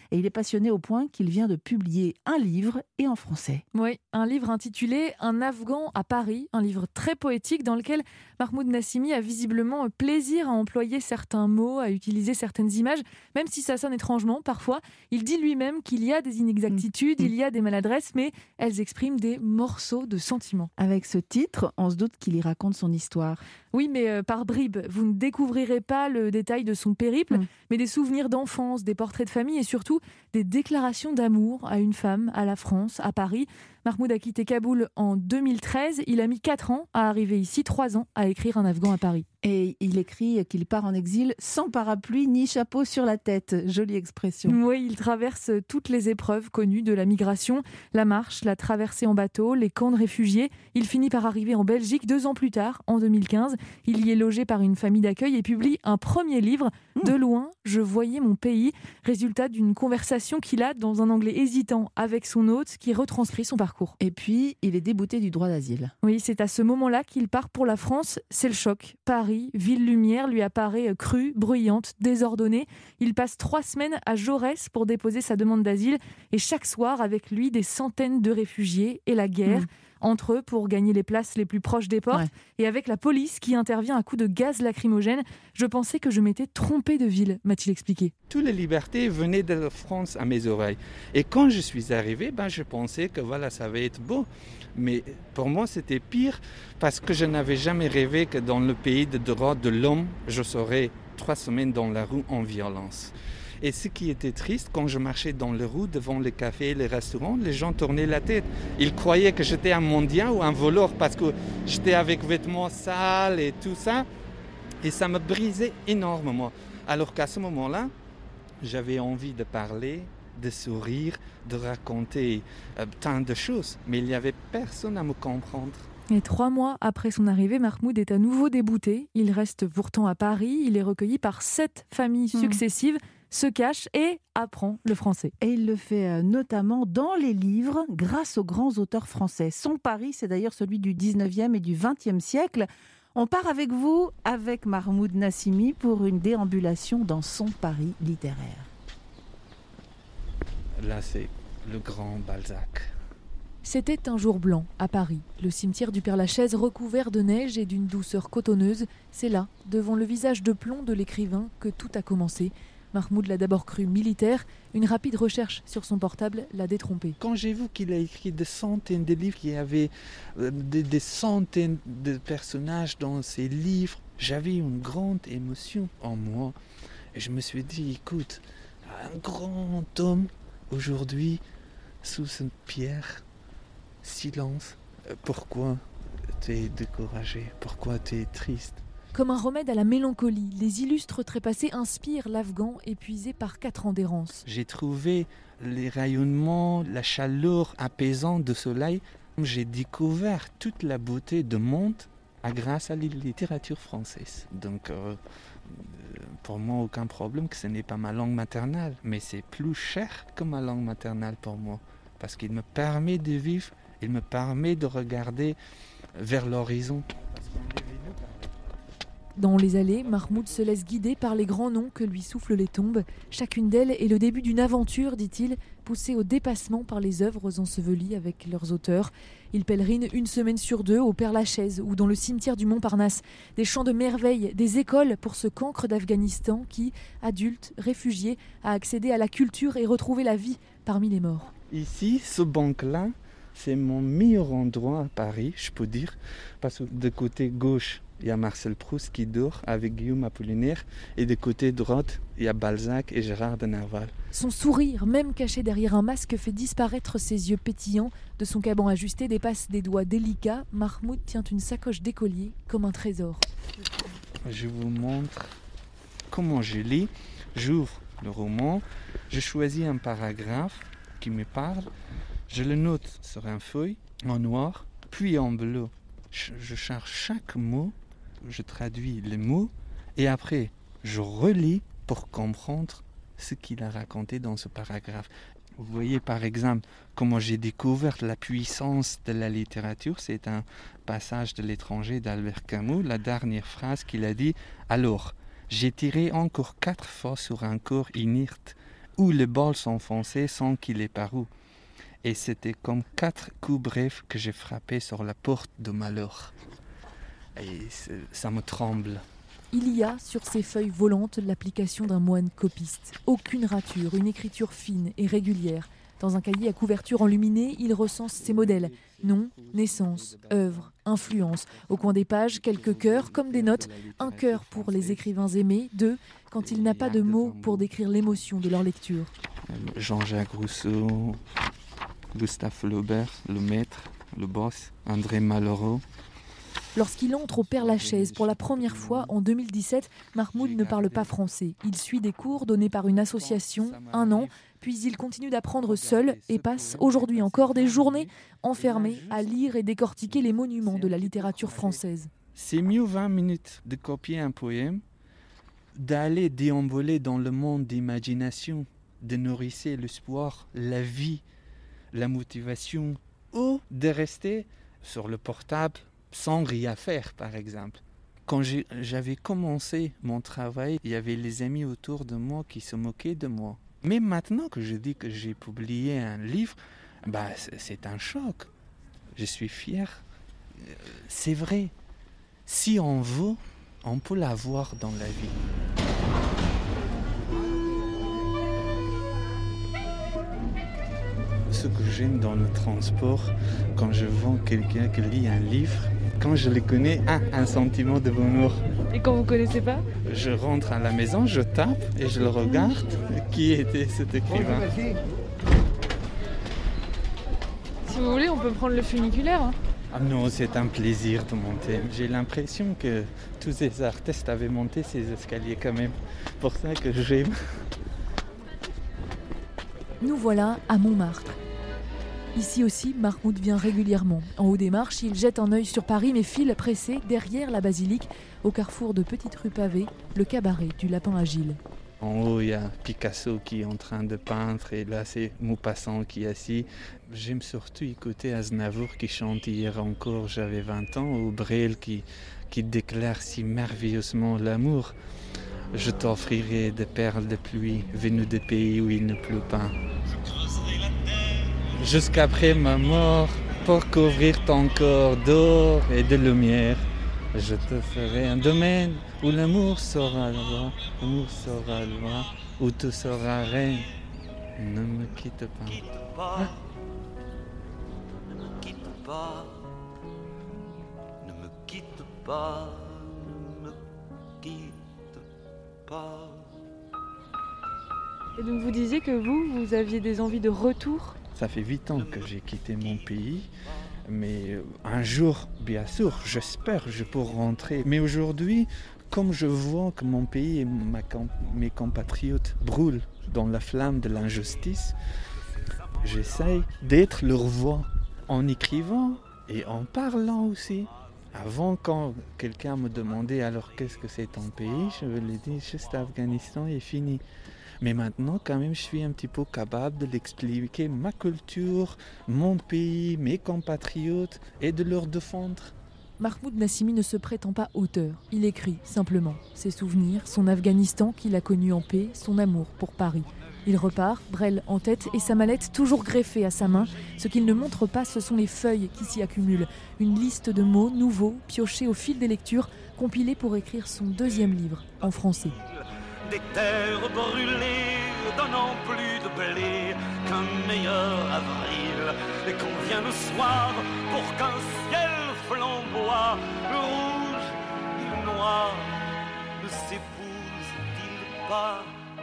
Et il est passionné au point qu'il vient de publier un livre, et en français. Oui, un livre intitulé « Un Afghan à Paris », un livre très poétique dans lequel Mahmoud Nassimi a visiblement plaisir à employer certains mots, à utiliser certaines images, même si ça sonne étrangement parfois. Il dit lui-même qu'il y a des inexactitudes, mmh. il y a des maladresses, mais elles expriment des morceaux de sentiments. Avec ce titre, on se doute qu'il y raconte son histoire. Oui, mais euh, par bribes. Vous ne découvrirez pas le détail de son périple, mmh. mais des souvenirs d'enfance, des portraits de famille et surtout des déclarations d'amour à une femme, à la France, à Paris. Mahmoud a quitté Kaboul en deux mille treize. Il a mis quatre ans à arriver ici, trois ans à écrire Un Afghan à Paris. Et il écrit qu'il part en exil sans parapluie ni chapeau sur la tête. Jolie expression. Oui, il traverse toutes les épreuves connues de la migration, la marche, la traversée en bateau, les camps de réfugiés. Il finit par arriver en Belgique deux ans plus tard, en deux mille quinze. Il y est logé par une famille d'accueil et publie un premier livre, mmh. De loin, je voyais mon pays, résultat d'une conversation qu'il a dans un anglais hésitant avec son hôte qui retranscrit son parcours. Et puis, il est débouté du droit d'asile. Oui, c'est à ce moment-là qu'il part pour la France. C'est le choc. Paris, ville lumière, lui apparaît crue, bruyante, désordonnée. Il passe trois semaines à Jaurès pour déposer sa demande d'asile et chaque soir, avec lui, des centaines de réfugiés et la guerre. Mmh. Entre eux pour gagner les places les plus proches des portes, ouais. et avec la police qui intervient à coups de gaz lacrymogène. Je pensais que je m'étais trompée de ville, m'a-t-il expliqué. Toutes les libertés venaient de la France à mes oreilles. Et quand je suis arrivé, ben, je pensais que voilà, ça va être beau. Mais pour moi, c'était pire parce que je n'avais jamais rêvé que dans le pays de droit de l'homme, je serais trois semaines dans la rue en violence. Et ce qui était triste, quand je marchais dans les rues, devant les cafés et les restaurants, les gens tournaient la tête. Ils croyaient que j'étais un mendiant ou un voleur parce que j'étais avec vêtements sales et tout ça. Et ça me brisait énormément. Alors qu'à ce moment-là, j'avais envie de parler, de sourire, de raconter euh, tant de choses. Mais il n'y avait personne à me comprendre. Et trois mois après son arrivée, Mahmoud est à nouveau débouté. Il reste pourtant à Paris. Il est recueilli par sept familles mmh. successives, se cache et apprend le français. Et il le fait notamment dans les livres grâce aux grands auteurs français. Son Paris, c'est d'ailleurs celui du dix-neuvième et du vingtième siècle. On part avec vous, avec Mahmoud Nassimi, pour une déambulation dans son Paris littéraire. Là, c'est le grand Balzac. C'était un jour blanc à Paris. Le cimetière du Père-Lachaise recouvert de neige et d'une douceur cotonneuse. C'est là, devant le visage de plomb de l'écrivain, que tout a commencé. Mahmoud l'a d'abord cru militaire. Une rapide recherche sur son portable l'a détrompé. Quand j'ai vu qu'il a écrit des centaines de livres, qu'il y avait euh, des, des centaines de personnages dans ces livres, j'avais une grande émotion en moi. Et je me suis dit, écoute, un grand homme, aujourd'hui, sous cette pierre, silence. Pourquoi tu es découragé? Pourquoi tu es triste? Comme un remède à la mélancolie, les illustres trépassés inspirent l'Afghan épuisé par quatre ans d'errance. J'ai trouvé les rayonnements, la chaleur apaisante du soleil. J'ai découvert toute la beauté du monde grâce à la littérature française. Donc, euh, pour moi, aucun problème que ce n'est pas ma langue maternelle. Mais c'est plus cher que ma langue maternelle pour moi. Parce qu'il me permet de vivre, il me permet de regarder vers l'horizon. Dans les allées, Mahmoud se laisse guider par les grands noms que lui soufflent les tombes. Chacune d'elles est le début d'une aventure, dit-il, poussée au dépassement par les œuvres ensevelies avec leurs auteurs. Il pèlerine une semaine sur deux au Père-Lachaise ou dans le cimetière du Montparnasse. Des champs de merveilles, des écoles pour ce cancre d'Afghanistan qui, adulte, réfugié, a accédé à la culture et retrouvé la vie parmi les morts. Ici, ce banc-là, c'est mon meilleur endroit à Paris, je peux dire, parce que de côté gauche, il y a Marcel Proust qui dort avec Guillaume Apollinaire et de côté droite, il y a Balzac et Gérard de Nerval. Son sourire, même caché derrière un masque, fait disparaître ses yeux pétillants. De son caban ajusté dépassent des doigts délicats. Mahmoud tient une sacoche d'écolier comme un trésor. Je vous montre comment je lis. J'ouvre le roman, je choisis un paragraphe qui me parle, je le note sur un feuille en noir, puis en bleu. Je, je cherche chaque mot, je traduis les mots et après je relis pour comprendre ce qu'il a raconté dans ce paragraphe. Vous voyez par exemple comment j'ai découvert la puissance de la littérature. C'est un passage de L'étranger d'Albert Camus, la dernière phrase qu'il a dit. Alors, j'ai tiré encore quatre fois sur un corps inerte où les balles s'enfonçaient sans qu'il ait paru. Et c'était comme quatre coups brefs que j'ai frappés sur la porte de malheur. Et ça me tremble. Il y a sur ces feuilles volantes l'application d'un moine copiste. Aucune rature, une écriture fine et régulière. Dans un cahier à couverture enluminée, il recense ses modèles. Nom, naissance, œuvre, influence. Au coin des pages, quelques cœurs comme des notes. Un cœur pour les écrivains aimés. Deux, quand il n'a pas de mots pour décrire l'émotion de leur lecture. Jean-Jacques Rousseau, Gustave Flaubert, le maître, le boss, André Malraux. Lorsqu'il entre au Père-Lachaise pour la première fois en deux mille dix-sept, Mahmoud ne parle pas français. Il suit des cours donnés par une association, un an, puis il continue d'apprendre seul et passe aujourd'hui encore des journées enfermé à lire et décortiquer les monuments de la littérature française. C'est mieux vingt minutes de copier un poème, d'aller déambuler dans le monde d'imagination, de nourrir l'espoir, la vie, la motivation, ou de rester sur le portable sans rien faire, par exemple. Quand j'ai, j'avais commencé mon travail, il y avait les amis autour de moi qui se moquaient de moi. Mais maintenant que je dis que j'ai publié un livre, bah, c'est, c'est un choc. Je suis fier. C'est vrai. Si on veut, on peut l'avoir dans la vie. Ce que j'aime dans le transport, quand je vois quelqu'un qui lit un livre, quand je le connais, ah, un sentiment de bonheur. Et quand vous ne connaissez pas ? Je rentre à la maison, je tape et je le regarde. Qui était cet écrivain ? Si vous voulez, on peut prendre le funiculaire. Hein. Ah non, c'est un plaisir de monter. J'ai l'impression que tous ces artistes avaient monté ces escaliers quand même. C'est pour ça que j'aime. Nous voilà à Montmartre. Ici aussi, Mahmoud vient régulièrement. En haut des marches, il jette un œil sur Paris, mais file pressé derrière la basilique, au carrefour de petites rues pavées, le cabaret du Lapin Agile. En haut, il y a Picasso qui est en train de peindre, et là, c'est Maupassant qui est assis. J'aime surtout écouter Aznavour qui chante hier encore, j'avais vingt ans, ou Brel qui, qui déclare si merveilleusement l'amour. Je t'offrirai des perles de pluie venues des pays où il ne pleut pas. Jusqu'après ma mort, pour couvrir ton corps d'or et de lumière, je te ferai un domaine où l'amour sera loi, l'amour sera loi, où tu seras reine. Ne me quitte pas. Ne me quitte pas. Ne me quitte pas. Ne me quitte pas. Ne me quitte pas. Et donc vous disiez que vous, vous aviez des envies de retour ? Ça fait huit ans que j'ai quitté mon pays, mais un jour, bien sûr, j'espère que je pourrai rentrer. Mais aujourd'hui, comme je vois que mon pays et ma, mes compatriotes brûlent dans la flamme de l'injustice, j'essaye d'être leur voix en écrivant et en parlant aussi. Avant, quand quelqu'un me demandait alors qu'est-ce que c'est ton pays, je lui dis juste Afghanistan et fini. Mais maintenant, quand même, je suis un petit peu capable de l'expliquer, ma culture, mon pays, mes compatriotes, et de leur défendre. Mahmoud Nassimi ne se prétend pas auteur. Il écrit simplement ses souvenirs, son Afghanistan qu'il a connu en paix, son amour pour Paris. Il repart, Brel en tête et sa mallette toujours greffée à sa main. Ce qu'il ne montre pas, ce sont les feuilles qui s'y accumulent. Une liste de mots nouveaux, piochés au fil des lectures, compilés pour écrire son deuxième livre, en français. Des terres brûlées, donnant plus de blé qu'un meilleur avril. Et qu'on vient le soir pour qu'un ciel flamboie. Le rouge et le noir ne s'épousent-ils pas?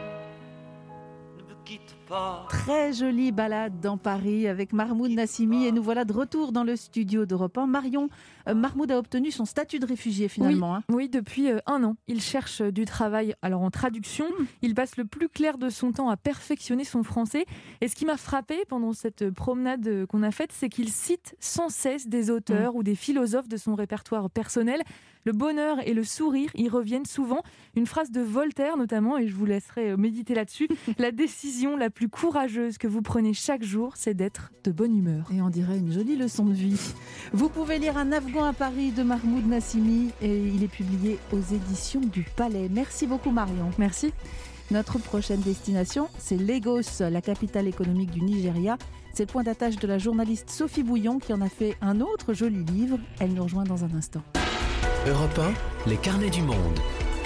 Ne me quitte pas. Très jolie balade dans Paris avec Mahmoud Nassimi. Et nous voilà de retour dans le studio d'Europe un. Marion, euh, Mahmoud a obtenu son statut de réfugié finalement. Oui, hein. oui depuis euh, un an. Il cherche euh, du travail. Alors en traduction, mmh. il passe le plus clair de son temps à perfectionner son français. Et ce qui m'a frappé pendant cette promenade euh, qu'on a faite, c'est qu'il cite sans cesse des auteurs mmh. ou des philosophes de son répertoire personnel. Le bonheur et le sourire y reviennent souvent. Une phrase de Voltaire notamment, et je vous laisserai méditer là-dessus. La décision la plus courageuse que vous prenez chaque jour, c'est d'être de bonne humeur. Et on dirait une jolie leçon de vie. Vous pouvez lire Un Afghan à Paris de Mahmoud Nassimi et il est publié aux éditions du Palais. Merci beaucoup Marion. Merci. Notre prochaine destination, c'est Lagos, la capitale économique du Nigeria. C'est le point d'attache de la journaliste Sophie Bouillon qui en a fait un autre joli livre. Elle nous rejoint dans un instant. Europe un, les carnets du monde.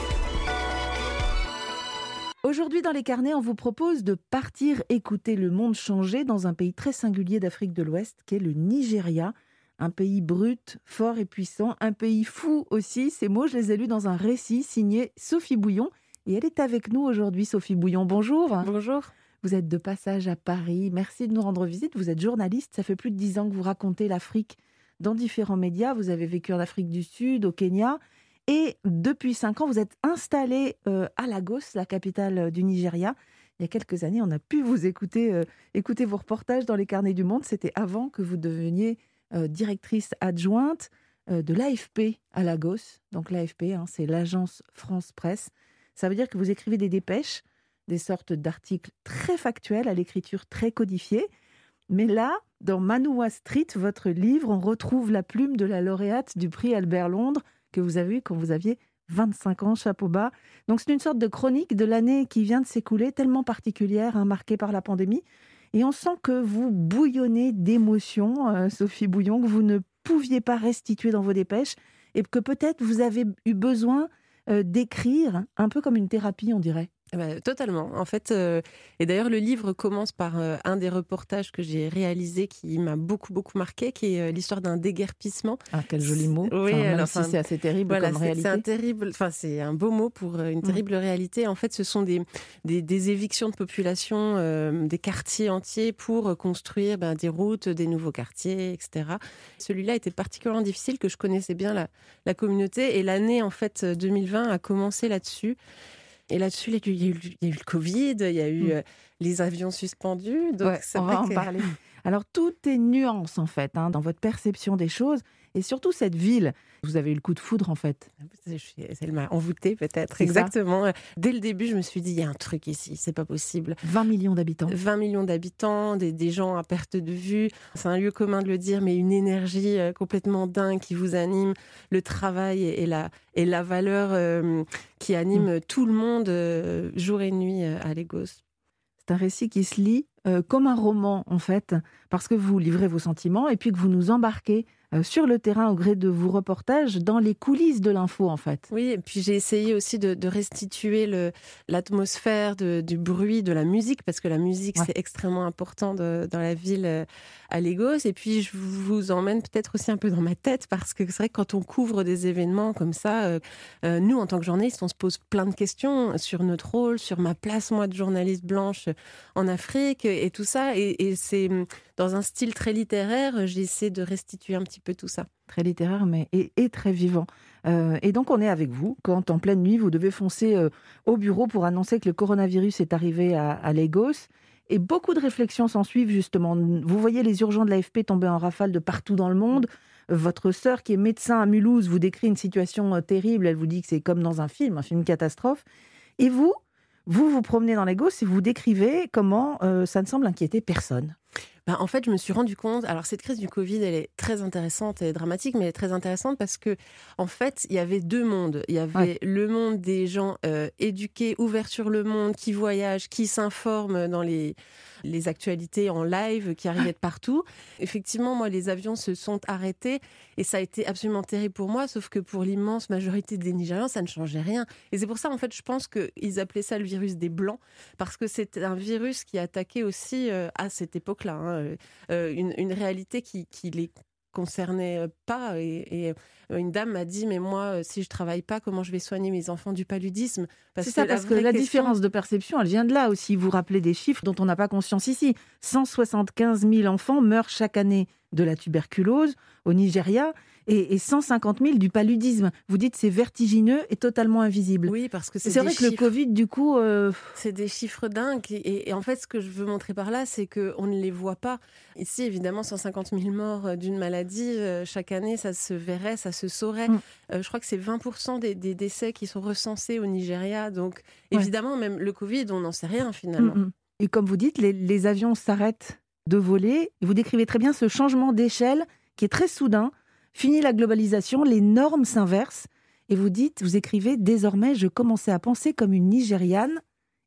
Aujourd'hui, dans les carnets, on vous propose de partir écouter le monde changer dans un pays très singulier d'Afrique de l'Ouest, qui est le Nigeria. Un pays brut, fort et puissant, un pays fou aussi. Ces mots, je les ai lus dans un récit signé Sophie Bouillon. Et elle est avec nous aujourd'hui, Sophie Bouillon. Bonjour. Bonjour. Vous êtes de passage à Paris. Merci de nous rendre visite. Vous êtes journaliste. Ça fait plus de dix ans que vous racontez l'Afrique dans différents médias. Vous avez vécu en Afrique du Sud, au Kenya. Et depuis cinq ans, vous êtes installée euh, à Lagos, la capitale du Nigeria. Il y a quelques années, on a pu vous écouter, euh, écouter vos reportages dans les carnets du monde. C'était avant que vous deveniez euh, directrice adjointe euh, de l'A F P à Lagos. Donc l'A F P, hein, c'est l'agence France Presse. Ça veut dire que vous écrivez des dépêches, des sortes d'articles très factuels, à l'écriture très codifiée. Mais là, dans Manoua Street, votre livre, on retrouve la plume de la lauréate du prix Albert Londres que vous avez eu quand vous aviez vingt-cinq ans, chapeau bas. Donc c'est une sorte de chronique de l'année qui vient de s'écouler, tellement particulière, hein, marquée par la pandémie. Et on sent que vous bouillonnez d'émotions, euh, Sophie Bouillon, que vous ne pouviez pas restituer dans vos dépêches et que peut-être vous avez eu besoin euh, d'écrire, un peu comme une thérapie, on dirait. Bah, totalement. En fait, euh, et d'ailleurs, le livre commence par euh, un des reportages que j'ai réalisé qui m'a beaucoup, beaucoup marqué, qui est euh, l'histoire d'un déguerpissement. Ah, quel joli mot. Oui, enfin, alors, si c'est assez terrible voilà, comme c'est, réalité. C'est un terrible, enfin, c'est un beau mot pour euh, une terrible mmh. réalité. En fait, ce sont des, des, des évictions de population, euh, des quartiers entiers pour construire ben, des routes, des nouveaux quartiers, et cetera. Celui-là était particulièrement difficile, que je connaissais bien la, la communauté. Et l'année, en fait, deux mille vingt a commencé là-dessus. Et là-dessus, il y a eu, il y a eu le Covid, il y a eu mmh. les avions suspendus. Donc ouais, c'est on vrai va que... en parler. Alors, tout est nuance, en fait, hein, dans votre perception des choses. Et surtout, cette ville, vous avez eu le coup de foudre, en fait. Elle m'a envoûtée, peut-être. C'est exactement. Ça. Dès le début, je me suis dit, il y a un truc ici, c'est pas possible. vingt millions d'habitants. vingt millions d'habitants, des, des gens à perte de vue. C'est un lieu commun de le dire, mais une énergie complètement dingue qui vous anime. Le travail et la, et la valeur euh, qui anime mmh. tout le monde, euh, jour et nuit, euh, à Lagos. C'est un récit qui se lit euh, comme un roman, en fait, parce que vous livrez vos sentiments et puis que vous nous embarquez euh, sur le terrain au gré de vos reportages, dans les coulisses de l'info, en fait. Oui, et puis j'ai essayé aussi de, de restituer le, l'atmosphère de, du bruit, de la musique, parce que la musique, ouais. c'est extrêmement important de, dans la ville euh, à Lagos. Et puis, je vous emmène peut-être aussi un peu dans ma tête, parce que c'est vrai que quand on couvre des événements comme ça, euh, euh, nous, en tant que journalistes, on se pose plein de questions sur notre rôle, sur ma place, moi, de journaliste blanche en Afrique, et tout ça. Et, et c'est dans un style très littéraire, j'essaie de restituer un petit peu tout ça. Très littéraire, mais et, et très vivant. Euh, et donc, on est avec vous quand, en pleine nuit, vous devez foncer euh, au bureau pour annoncer que le coronavirus est arrivé à, à Lagos. Et beaucoup de réflexions s'en suivent, justement. Vous voyez les urgents de l'A F P tomber en rafale de partout dans le monde. Votre sœur, qui est médecin à Mulhouse, vous décrit une situation euh, terrible. Elle vous dit que c'est comme dans un film, un film catastrophe. Et vous, vous vous promenez dans Lagos et vous décrivez comment euh, ça ne semble inquiéter personne. Ben, en fait, je me suis rendu compte. Alors, cette crise du Covid, elle est très intéressante et dramatique, mais elle est très intéressante parce que, en fait, il y avait deux mondes. Il y avait ouais. le monde des gens euh, éduqués, ouverts sur le monde, qui voyagent, qui s'informent dans les, les actualités en live, qui arrivaient de partout. Effectivement, moi, les avions se sont arrêtés et ça a été absolument terrible pour moi, sauf que pour l'immense majorité des Nigérians, ça ne changeait rien. Et c'est pour ça, en fait, je pense qu'ils appelaient ça le virus des Blancs, parce que c'est un virus qui attaquait aussi euh, à cette époque-là, hein, euh, une, une réalité qui, qui les concernait pas. Et, et une dame m'a dit, mais moi, si je travaille pas, comment je vais soigner mes enfants du paludisme? Parce C'est ça, que parce que la question... différence de perception, elle vient de là aussi. Vous rappelez des chiffres dont on n'a pas conscience ici. cent soixante-quinze mille enfants meurent chaque année de la tuberculose au Nigeria et, et cent cinquante mille du paludisme. Vous dites c'est vertigineux et totalement invisible. Oui, parce que c'est, c'est des vrai chiffres... que le Covid, du coup... Euh... C'est des chiffres dingues. Et, et en fait, ce que je veux montrer par là, c'est qu'on ne les voit pas. Ici, évidemment, cent cinquante mille morts d'une maladie, euh, chaque année, ça se verrait, ça se saurait. Mm. Euh, je crois que c'est vingt pour cent des, des décès qui sont recensés au Nigeria. Donc, ouais. évidemment, même le Covid, on n'en sait rien, finalement. Mm-hmm. Et comme vous dites, les, les avions s'arrêtent de voler. Vous décrivez très bien ce changement d'échelle qui est très soudain. Fini la globalisation, les normes s'inversent. Et vous dites, vous écrivez, désormais, je commençais à penser comme une Nigériane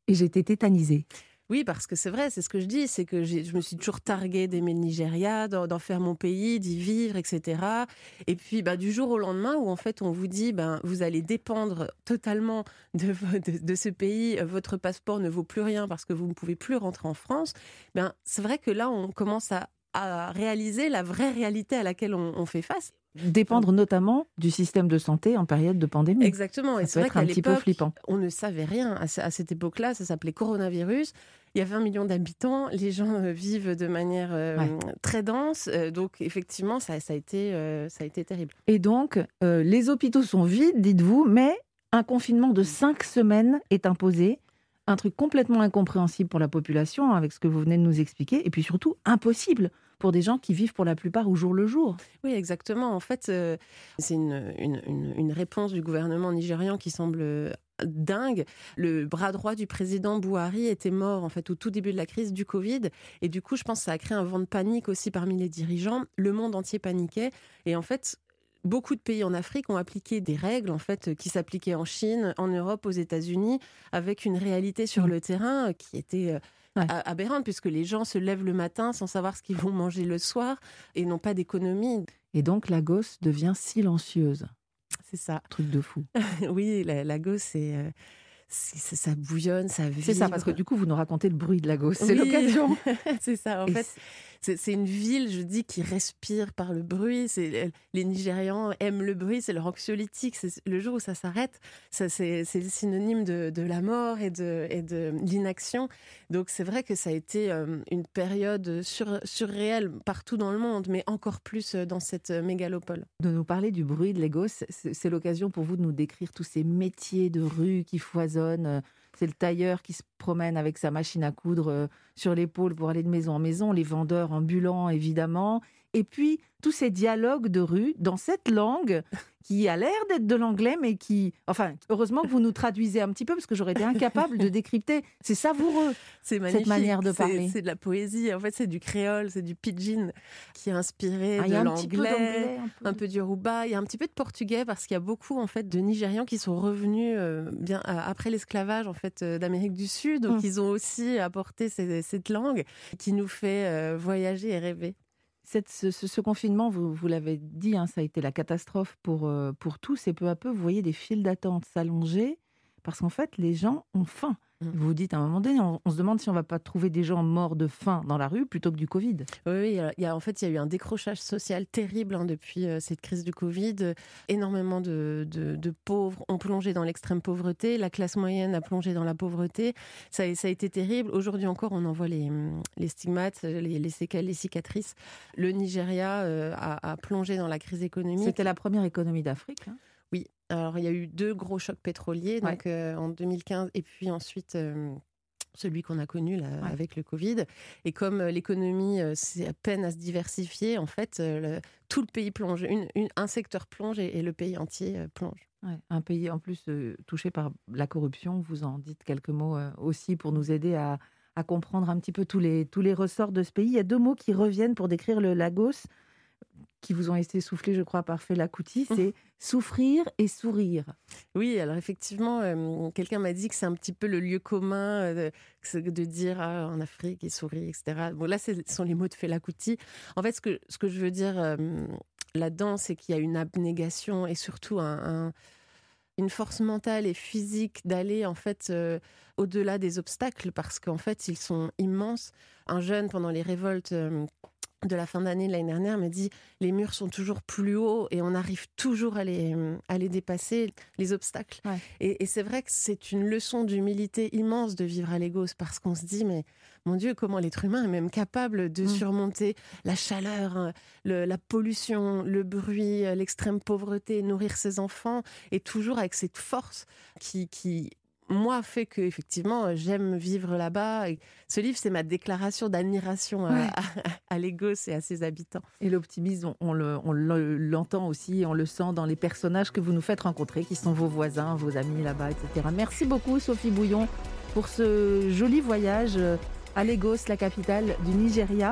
Et j'étais tétanisée. Oui, parce que c'est vrai, c'est ce que je dis, c'est que j'ai, je me suis toujours targuée d'aimer le Nigeria, d'en, d'en faire mon pays, d'y vivre, et cetera. Et puis, bah, du jour au lendemain, où en fait on vous dit, ben, vous allez dépendre totalement de, de, de ce pays, votre passeport ne vaut plus rien parce que vous ne pouvez plus rentrer en France, ben, c'est vrai que là, on commence à, à réaliser la vraie réalité à laquelle on, on fait face. Dépendre notamment du système de santé en période de pandémie. Exactement. Ça et peut c'est vrai être qu'à un petit peu l'époque, flippant. On ne savait rien. À cette époque-là, ça s'appelait coronavirus. Il y a vingt millions d'habitants. Les gens vivent de manière euh, ouais. très dense. Donc, effectivement, ça, ça, a été, euh, ça a été terrible. Et donc, euh, les hôpitaux sont vides, dites-vous, mais un confinement de cinq semaines est imposé. Un truc complètement incompréhensible pour la population, avec ce que vous venez de nous expliquer. Et puis surtout, impossible pour des gens qui vivent pour la plupart au jour le jour. Oui, exactement. En fait, euh, c'est une, une, une, une réponse du gouvernement nigérian qui semble dingue. Le bras droit du président Buhari était mort en fait au tout début de la crise du Covid. Et du coup, je pense que ça a créé un vent de panique aussi parmi les dirigeants. Le monde entier paniquait. Et en fait, beaucoup de pays en Afrique ont appliqué des règles en fait, qui s'appliquaient en Chine, en Europe, aux États-Unis, avec une réalité sur mmh. le terrain qui était ouais. aberrante, puisque les gens se lèvent le matin sans savoir ce qu'ils vont manger le soir et n'ont pas d'économie. Et donc Lagos devient silencieuse. C'est ça. Truc de fou. Oui, la, Lagos, c'est... Euh... C'est, c'est, ça bouillonne, ça vibre. C'est ça, parce que du coup, vous nous racontez le bruit de Lagos. C'est oui. l'occasion. C'est ça. En Et fait, c'est, c'est une ville, je dis, qui respire par le bruit. C'est, les Nigérians aiment le bruit, c'est leur anxiolytique. C'est, le jour où ça s'arrête, ça, c'est, c'est le synonyme de, de la mort et de, et de l'inaction. Donc, c'est vrai que ça a été euh, une période sur, surréelle partout dans le monde, mais encore plus dans cette mégalopole. De nous parler du bruit de Lagos, c'est, c'est l'occasion pour vous de nous décrire tous ces métiers de rue qui foisonnent. C'est le tailleur qui se promène avec sa machine à coudre sur l'épaule pour aller de maison en maison, les vendeurs ambulants évidemment, et puis tous ces dialogues de rue dans cette langue qui a l'air d'être de l'anglais, mais qui... Enfin, heureusement que vous nous traduisez un petit peu, parce que j'aurais été incapable de décrypter. C'est savoureux, c'est magnifique, cette manière de parler. C'est, c'est de la poésie. En fait, c'est du créole, c'est du pidgin qui est inspiré ah, de un l'anglais, petit peu d'anglais, un peu. un peu du yoruba. Il y a un petit peu de portugais, parce qu'il y a beaucoup en fait, de Nigérians qui sont revenus euh, bien, après l'esclavage en fait, euh, d'Amérique du Sud. Donc, mmh. ils ont aussi apporté ces, cette langue qui nous fait euh, voyager et rêver. Cette, ce, ce confinement, vous, vous l'avez dit, hein, ça a été la catastrophe pour, euh, pour tous. Et peu à peu, vous voyez des files d'attente s'allonger parce qu'en fait, les gens ont faim. Mmh. Vous vous dites, à un moment donné, on, on se demande si on ne va pas trouver des gens morts de faim dans la rue plutôt que du Covid. Oui, il y a, en fait, il y a eu un décrochage social terrible hein, depuis euh, cette crise du Covid. Euh, énormément de, de, de pauvres ont plongé dans l'extrême pauvreté. La classe moyenne a plongé dans la pauvreté. Ça, ça a été terrible. Aujourd'hui encore, on en voit les, les stigmates, les, les séquelles, les cicatrices. Le Nigeria euh, a, a plongé dans la crise économique. C'était la première économie d'Afrique, hein. Oui, alors il y a eu deux gros chocs pétroliers, donc ouais. euh, en deux mille quinze et puis ensuite euh, celui qu'on a connu là, ouais. avec le Covid. Et comme euh, l'économie euh, c'est à peine à se diversifier, en fait, euh, le, tout le pays plonge, une, une, un secteur plonge et, et le pays entier euh, plonge. Ouais, un pays en plus euh, touché par la corruption, vous en dites quelques mots euh, aussi pour nous aider à, à comprendre un petit peu tous les, tous les ressorts de ce pays. Il y a deux mots qui reviennent pour décrire le Lagos, qui vous ont été soufflés, je crois, par Fela Kuti, c'est souffrir et sourire. Oui, alors effectivement, euh, quelqu'un m'a dit que c'est un petit peu le lieu commun euh, de, de dire ah, en Afrique, il sourit, et cetera. Bon, là, ce sont les mots de Fela Kuti. En fait, ce que, ce que je veux dire euh, là-dedans, c'est qu'il y a une abnégation et surtout un, un, une force mentale et physique d'aller en fait euh, au-delà des obstacles parce qu'en fait, ils sont immenses. Un jeune, pendant les révoltes... Euh, de la fin d'année de l'année dernière me dit les murs sont toujours plus hauts et on arrive toujours à les, à les dépasser, les obstacles. Ouais. Et, et c'est vrai que c'est une leçon d'humilité immense de vivre à Lagos parce qu'on se dit mais mon Dieu, comment l'être humain est même capable de mmh. surmonter la chaleur, le, la pollution, le bruit, l'extrême pauvreté, nourrir ses enfants et toujours avec cette force qui... qui moi, fait que effectivement, j'aime vivre là-bas. Et ce livre, c'est ma déclaration d'admiration ouais. à, à Lagos et à ses habitants. Et l'optimisme, on, le, on le, l'entend aussi, on le sent dans les personnages que vous nous faites rencontrer, qui sont vos voisins, vos amis là-bas, et cetera. Merci beaucoup, Sophie Bouillon, pour ce joli voyage à Lagos, la capitale du Nigeria.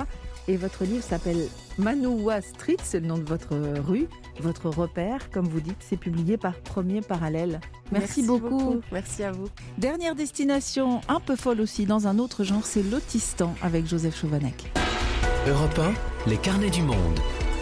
Et votre livre s'appelle Manoua Street, c'est le nom de votre rue, votre repère, comme vous dites, c'est publié par Premier Parallèle. Merci, Merci beaucoup. beaucoup. Merci à vous. Dernière destination, un peu folle aussi, dans un autre genre, c'est l'Autistan avec Joseph Chovanec. Europe un, les carnets du monde.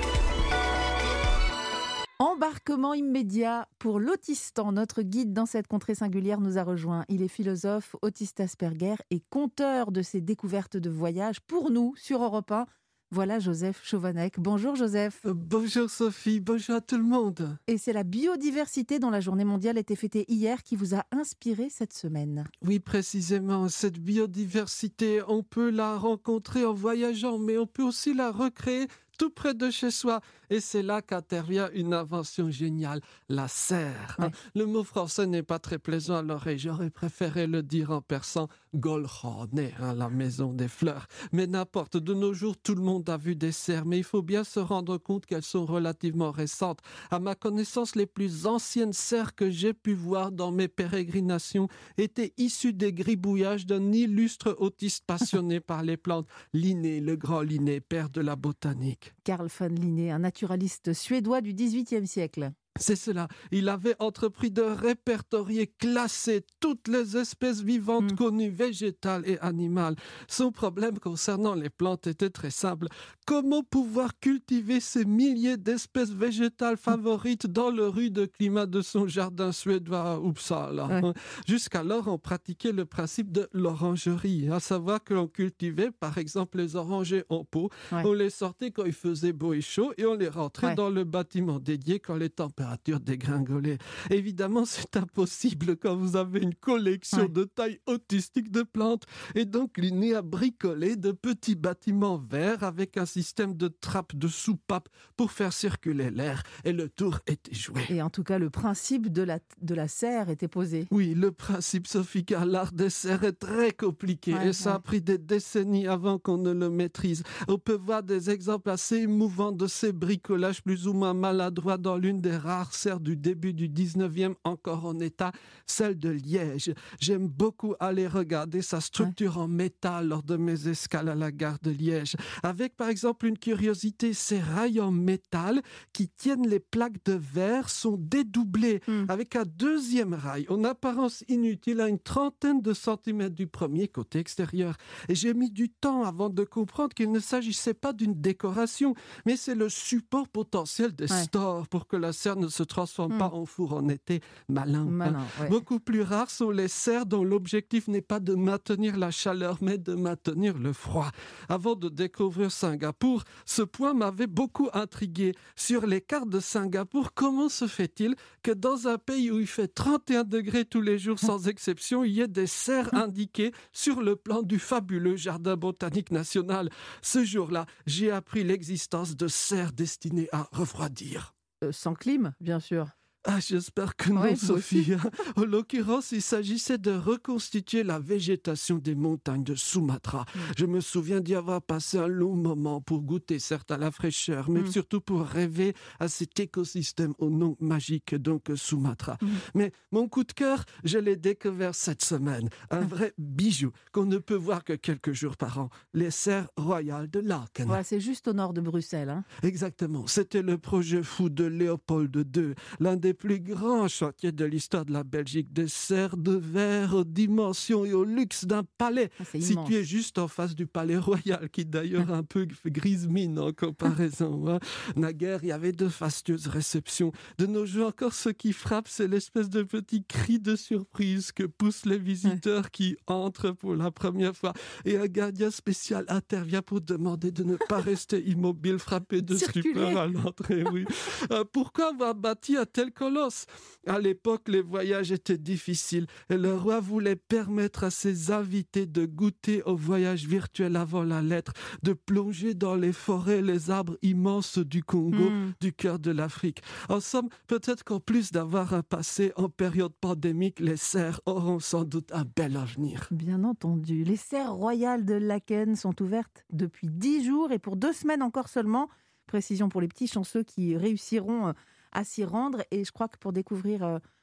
Embarquement immédiat pour l'Autistan. Notre guide dans cette contrée singulière nous a rejoint. Il est philosophe, autiste Asperger et conteur de ses découvertes de voyage pour nous sur Europe un. Voilà Joseph Chovanec. Bonjour Joseph. Euh, bonjour Sophie, bonjour à tout le monde. Et c'est la biodiversité dont la journée mondiale a été fêtée hier qui vous a inspiré cette semaine. Oui, précisément. Cette biodiversité, on peut la rencontrer en voyageant, mais on peut aussi la recréer tout près de chez soi. Et c'est là qu'intervient une invention géniale, la serre. Ouais. Le mot français n'est pas très plaisant à l'oreille. J'aurais préféré le dire en persan Golchone, hein, la maison des fleurs. Mais n'importe, de nos jours, tout le monde a vu des serres. Mais il faut bien se rendre compte qu'elles sont relativement récentes. À ma connaissance, les plus anciennes serres que j'ai pu voir dans mes pérégrinations étaient issues des gribouillages d'un illustre autiste passionné par les plantes, Linné, le grand Linné, père de la botanique. Carl von Linné, un naturaliste suédois du dix-huitième siècle. C'est cela. Il avait entrepris de répertorier, classer toutes les espèces vivantes mmh. connues, végétales et animales. Son problème concernant les plantes était très simple. Comment pouvoir cultiver ces milliers d'espèces végétales favorites dans le rude climat de son jardin suédois à Uppsala? Ouais. Jusqu'alors, on pratiquait le principe de l'orangerie, à savoir que l'on cultivait, par exemple, les orangers en pot. Ouais. On les sortait quand il faisait beau et chaud et on les rentrait ouais. dans le bâtiment dédié quand les températures dégringolée. Évidemment, c'est impossible quand vous avez une collection ouais. de taille autistique de plantes. Et donc, Linné a bricolé de petits bâtiments verts avec un système de trappes de soupape pour faire circuler l'air. Et le tour était joué. Et en tout cas, le principe de la, de la serre était posé. Oui, le principe, Sophie, car l'art des serres est très compliqué. Ouais, et ça ouais. a pris des décennies avant qu'on ne le maîtrise. On peut voir des exemples assez émouvants de ces bricolages plus ou moins maladroits dans l'une des rares serre du début du dix-neuvième encore en état, celle de Liège. J'aime beaucoup aller regarder sa structure ouais. en métal lors de mes escales à la gare de Liège. Avec par exemple une curiosité, ces rails en métal qui tiennent les plaques de verre sont dédoublés mm. avec un deuxième rail en apparence inutile à une trentaine de centimètres du premier côté extérieur. Et j'ai mis du temps avant de comprendre qu'il ne s'agissait pas d'une décoration, mais c'est le support potentiel des ouais. stores pour que la serre ne se transforme mmh. pas en four en été. Malin. Malin ouais. Beaucoup plus rares sont les serres dont l'objectif n'est pas de maintenir la chaleur, mais de maintenir le froid. Avant de découvrir Singapour, ce point m'avait beaucoup intrigué. Sur les cartes de Singapour, comment se fait-il que dans un pays où il fait trente et un degrés tous les jours sans exception, il y ait des serres indiquées sur le plan du fabuleux jardin botanique national? Ce jour-là, j'ai appris l'existence de serres destinées à refroidir. Euh, sans clim, bien sûr. Ah, j'espère que non, ouais, Sophie. En l'occurrence, il s'agissait de reconstituer la végétation des montagnes de Sumatra. Mm. Je me souviens d'y avoir passé un long moment pour goûter certes à la fraîcheur, mais mm. surtout pour rêver à cet écosystème au nom magique, donc Sumatra. Mm. Mais mon coup de cœur, je l'ai découvert cette semaine. Un mm. vrai bijou qu'on ne peut voir que quelques jours par an. Les serres royales de Laken. Ouais, c'est juste au nord de Bruxelles. Hein. Exactement. C'était le projet fou de Léopold deux, l'un des plus grands chantiers de l'histoire de la Belgique, des serres de verre aux dimensions et au luxe d'un palais ah, situé juste en face du palais royal, qui d'ailleurs un peu grise mine en comparaison. Hein. Naguère, il y avait de fastueuses réceptions. De nos jours encore, ce qui frappe, c'est l'espèce de petit cri de surprise que poussent les visiteurs qui entrent pour la première fois. Et un gardien spécial intervient pour demander de ne pas rester immobile, frappé de Circuler. stupeur à l'entrée. Oui. Euh, pourquoi avoir bâti un tel colosse? À l'époque, les voyages étaient difficiles et le roi voulait permettre à ses invités de goûter au voyage virtuel avant la lettre, de plonger dans les forêts, les arbres immenses du Congo, mmh. du cœur de l'Afrique. En somme, peut-être qu'en plus d'avoir un passé en période pandémique, les serres auront sans doute un bel avenir. Bien entendu. Les serres royales de Laken sont ouvertes depuis dix jours et pour deux semaines encore seulement. Précision pour les petits chanceux qui réussiront à s'y rendre. Et je crois que pour découvrir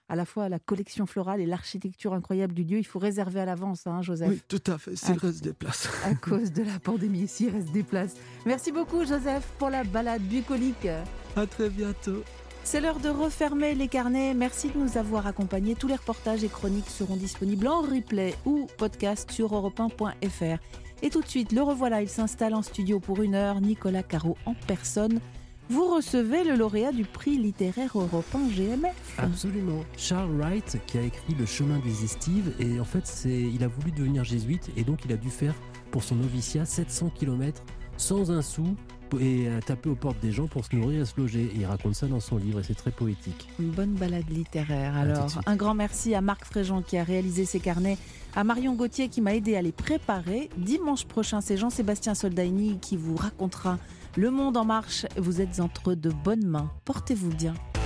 à la fois la collection florale et l'architecture incroyable du lieu. Il faut réserver à l'avance, hein, Joseph. Oui, tout à fait, s'il à... reste des places. À cause de la pandémie, s'il reste des places. Merci beaucoup, Joseph, pour la balade bucolique. À très bientôt. C'est l'heure de refermer les carnets. Merci de nous avoir accompagnés. Tous les reportages et chroniques seront disponibles en replay ou podcast sur europe un point f r. Et tout de suite, le revoilà, il s'installe en studio pour une heure. Nicolas Caro en personne. Vous recevez le lauréat du prix littéraire européen G M F. Absolument. Charles Wright, qui a écrit Le chemin des estives. Et en fait, c'est, il a voulu devenir jésuite et donc il a dû faire pour son noviciat sept cents kilomètres sans un sou et taper aux portes des gens pour se nourrir et se loger. Et il raconte ça dans son livre et c'est très poétique. Une bonne balade littéraire. Alors, un grand merci à Marc Fréjean qui a réalisé ces carnets, à Marion Gauthier qui m'a aidé à les préparer. Dimanche prochain, c'est Jean-Sébastien Soldaini qui vous racontera Le Monde en marche. Vous êtes entre de bonnes mains. Portez-vous bien.